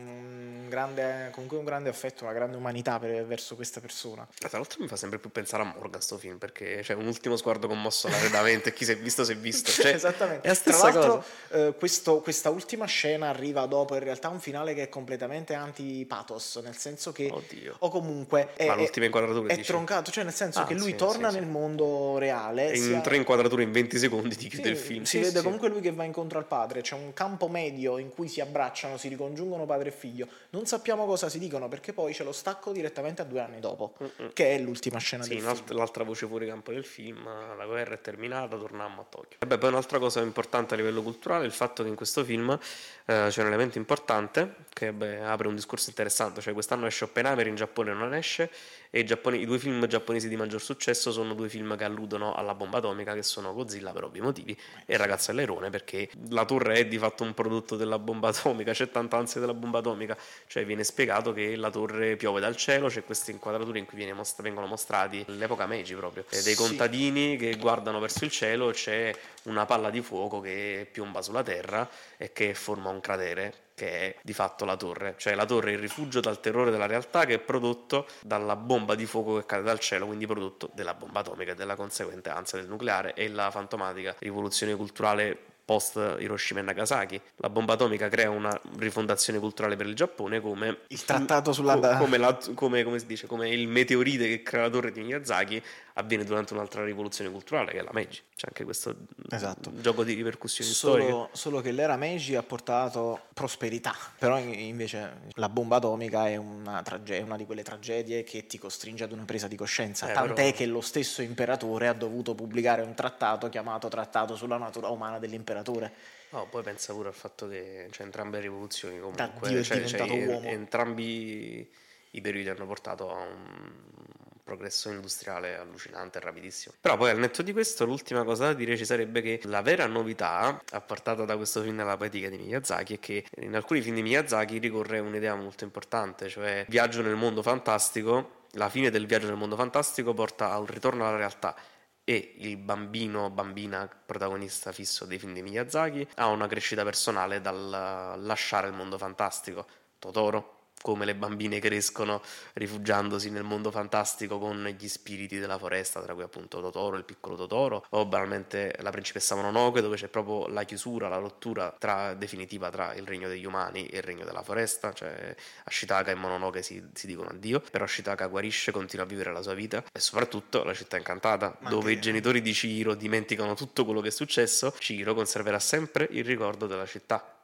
un grande, comunque un grande affetto, una grande umanità per- verso questa persona. Tra l'altro mi fa sempre più pensare a Morgan sto film, perché c'è un ultimo sguardo commosso l'arredamento e chi si è visto si è visto. Cioè, Esattamente. è la Tra stessa l'altro cosa. eh, questo- questa ultima scena arriva dopo in realtà un finale che è completamente anti-pathos, nel senso che Oddio. o comunque è, Ma è- l'ultima inquadratura è dici? troncato, cioè nel senso Ah, che lui sì, torna sì, sì. nel mondo reale, E in sia- tre inquadrature in venti secondi ti chiude sì, il film. si Sì, vede sì. comunque lui che va incontro al padre, c'è un campo medio in cui si abbracciano, si ricongiungono padre e figlio, non sappiamo cosa si dicono perché poi c'è lo stacco direttamente a due anni dopo, Mm-mm. che è l'ultima scena Sì, del in film. alt- l'altra voce fuori campo del film, la guerra è terminata, torniamo a Tokyo. E beh, poi un'altra cosa importante a livello culturale è il fatto che in questo film eh, c'è un elemento importante che beh, apre un discorso interessante, cioè quest'anno esce Oppenheimer, in Giappone non esce, e i, giappone- i due film giapponesi di maggior successo sono due film che alludono alla bomba atomica, che sono Godzilla per ovvi motivi e Il ragazzo e l'airone, perché la torre è di fatto un prodotto della bomba atomica, c'è tanta ansia della bomba atomica, cioè viene spiegato che la torre piove dal cielo, c'è queste inquadrature in cui viene most- vengono mostrati l'epoca Meiji proprio, e dei Sì. contadini che guardano verso il cielo, c'è una palla di fuoco che piomba sulla terra e che forma un cratere, che è di fatto la torre, cioè la torre è il rifugio dal terrore della realtà, che è prodotto dalla bomba di fuoco che cade dal cielo, quindi prodotto della bomba atomica e della conseguente ansia del nucleare e la fantomatica rivoluzione culturale post Hiroshima e Nagasaki. La bomba atomica crea una rifondazione culturale per il Giappone, come Il trattato sulla... co- come, la, come, come si dice, come il meteorite che crea la torre di Miyazaki avviene durante un'altra rivoluzione culturale, che è la Meiji. C'è anche questo Esatto. gioco di ripercussioni storiche. Solo, solo che l'era Meiji ha portato prosperità, però in- invece la bomba atomica è una, trage- una di quelle tragedie che ti costringe ad una presa di coscienza, Eh, tant'è però- che lo stesso imperatore ha dovuto pubblicare un trattato chiamato Trattato sulla natura umana dell'imperatore. No, poi pensa pure al fatto che cioè, entrambe le rivoluzioni Da comunque, Dio è cioè, cioè, diventato en- uomo. entrambi i periodi hanno portato a un progresso industriale allucinante e rapidissimo. Però poi al netto di questo l'ultima cosa da dire ci sarebbe che la vera novità apportata da questo film nella poetica di Miyazaki è che in alcuni film di Miyazaki ricorre un'idea molto importante, cioè viaggio nel mondo fantastico, la fine del viaggio nel mondo fantastico porta al ritorno alla realtà, e il bambino bambina protagonista fisso dei film di Miyazaki ha una crescita personale dal lasciare il mondo fantastico. Totoro, come le bambine crescono rifugiandosi nel mondo fantastico con gli spiriti della foresta, tra cui appunto Totoro, il piccolo Totoro, o banalmente la principessa Mononoke, dove c'è proprio la chiusura, la rottura tra, definitiva tra il regno degli umani e il regno della foresta, cioè Ashitaka e Mononoke si, si dicono addio, però Ashitaka guarisce, continua a vivere la sua vita, e soprattutto la città incantata, Ma dove anche- i genitori di Chihiro dimenticano tutto quello che è successo, Chihiro conserverà sempre il ricordo della città,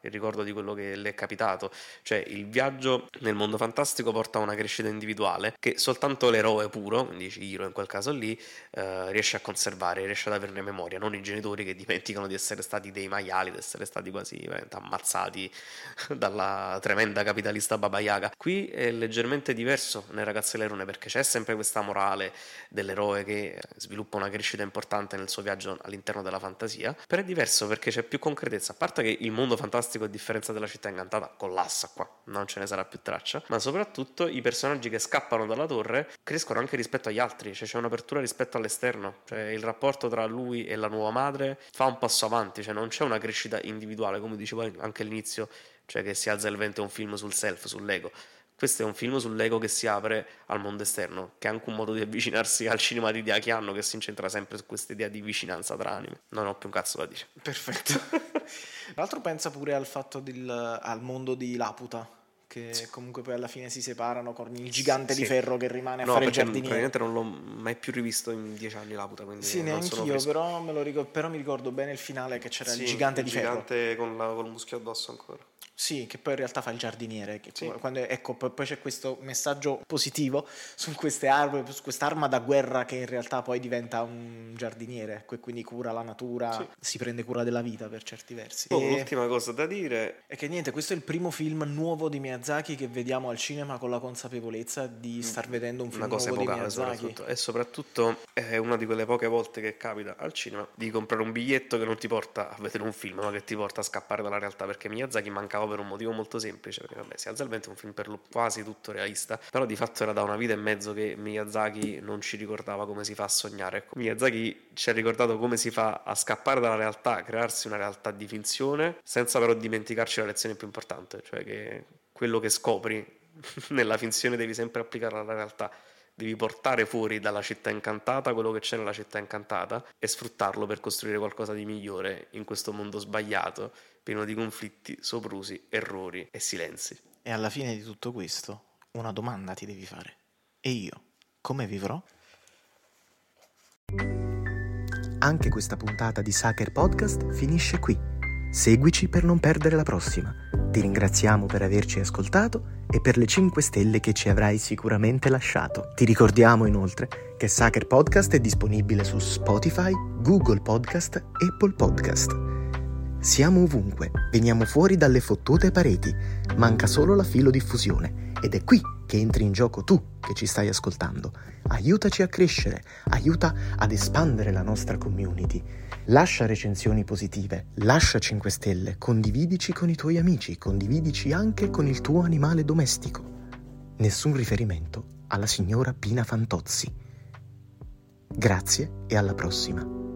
il ricordo di quello che le è capitato. Cioè il viaggio nel mondo fantastico porta a una crescita individuale che soltanto l'eroe puro, quindi Chihiro in quel caso lì, eh, riesce a conservare, riesce ad averne memoria, non i genitori che dimenticano di essere stati dei maiali, di essere stati quasi veramente ammazzati dalla tremenda capitalista Baba Yaga. Qui è leggermente diverso nel Ragazzo dell'Erone, perché c'è sempre questa morale dell'eroe che sviluppa una crescita importante nel suo viaggio all'interno della fantasia, però è diverso perché c'è più concretezza, a parte che il mondo fantastico, a differenza della città incantata, collassa qua, non ce ne sarà più traccia, ma soprattutto i personaggi che scappano dalla torre crescono anche rispetto agli altri, cioè c'è un'apertura rispetto all'esterno, cioè il rapporto tra lui e la nuova madre fa un passo avanti, cioè non c'è una crescita individuale, come dicevo anche all'inizio, cioè che Si alza il vento è un film sul self, sull'ego. Questo è un film sull'ego che si apre al mondo esterno, che è anche un modo di avvicinarsi al cinema di idea che hanno, che si incentra sempre su questa idea di vicinanza tra anime. Non ho più un cazzo da dire. Perfetto. Tra l'altro pensa pure al fatto del, al mondo di Laputa, che comunque poi alla fine si separano con il gigante sì. di ferro che rimane a no, fare il giardiniere. Praticamente non l'ho mai più rivisto in dieci anni Laputa, quindi sì, neanch'io, però, me lo ricordo, però mi ricordo bene il finale che c'era sì, il gigante il di gigante ferro. Con, la, con il muschio addosso ancora. Sì, che poi in realtà fa il giardiniere. Che sì. quando, ecco, poi c'è questo messaggio positivo su queste armi, su quest'arma da guerra che in realtà poi diventa un giardiniere, e quindi cura la natura, sì. si prende cura della vita per certi versi. Oh, e l'ultima cosa da dire è che niente, questo è il primo film nuovo di Miyazaki che vediamo al cinema con la consapevolezza di star vedendo un film una cosa nuovo epocale, di Miyazaki. Soprattutto. E soprattutto è una di quelle poche volte che capita al cinema di comprare un biglietto che non ti porta a vedere un film, ma che ti porta a scappare dalla realtà, perché Miyazaki mancava per un motivo molto semplice, perché vabbè, Si alza il vento è un film per lo quasi tutto realista, però di fatto era da una vita e mezzo che Miyazaki non ci ricordava come si fa a sognare. Ecco, Miyazaki ci ha ricordato come si fa a scappare dalla realtà, crearsi una realtà di finzione, senza però dimenticarci la lezione più importante, cioè che quello che scopri nella finzione devi sempre applicare alla realtà. Devi portare fuori dalla città incantata quello che c'è nella città incantata e sfruttarlo per costruire qualcosa di migliore in questo mondo sbagliato, pieno di conflitti, soprusi, errori e silenzi. E alla fine di tutto questo, una domanda ti devi fare. E io, come vivrò? Anche questa puntata di Saker Podcast finisce qui. Seguici per non perdere la prossima. Ti ringraziamo per averci ascoltato e per le cinque stelle che ci avrai sicuramente lasciato. Ti ricordiamo inoltre che Saker Podcast è disponibile su Spotify, Google Podcast e Apple Podcast. Siamo ovunque, veniamo fuori dalle fottute pareti, manca solo la filodiffusione ed è qui che entri in gioco tu che ci stai ascoltando. Aiutaci a crescere, aiuta ad espandere la nostra community. Lascia recensioni positive, lascia cinque stelle, condividici con i tuoi amici, condividici anche con il tuo animale domestico. Nessun riferimento alla signora Pina Fantozzi. Grazie e alla prossima.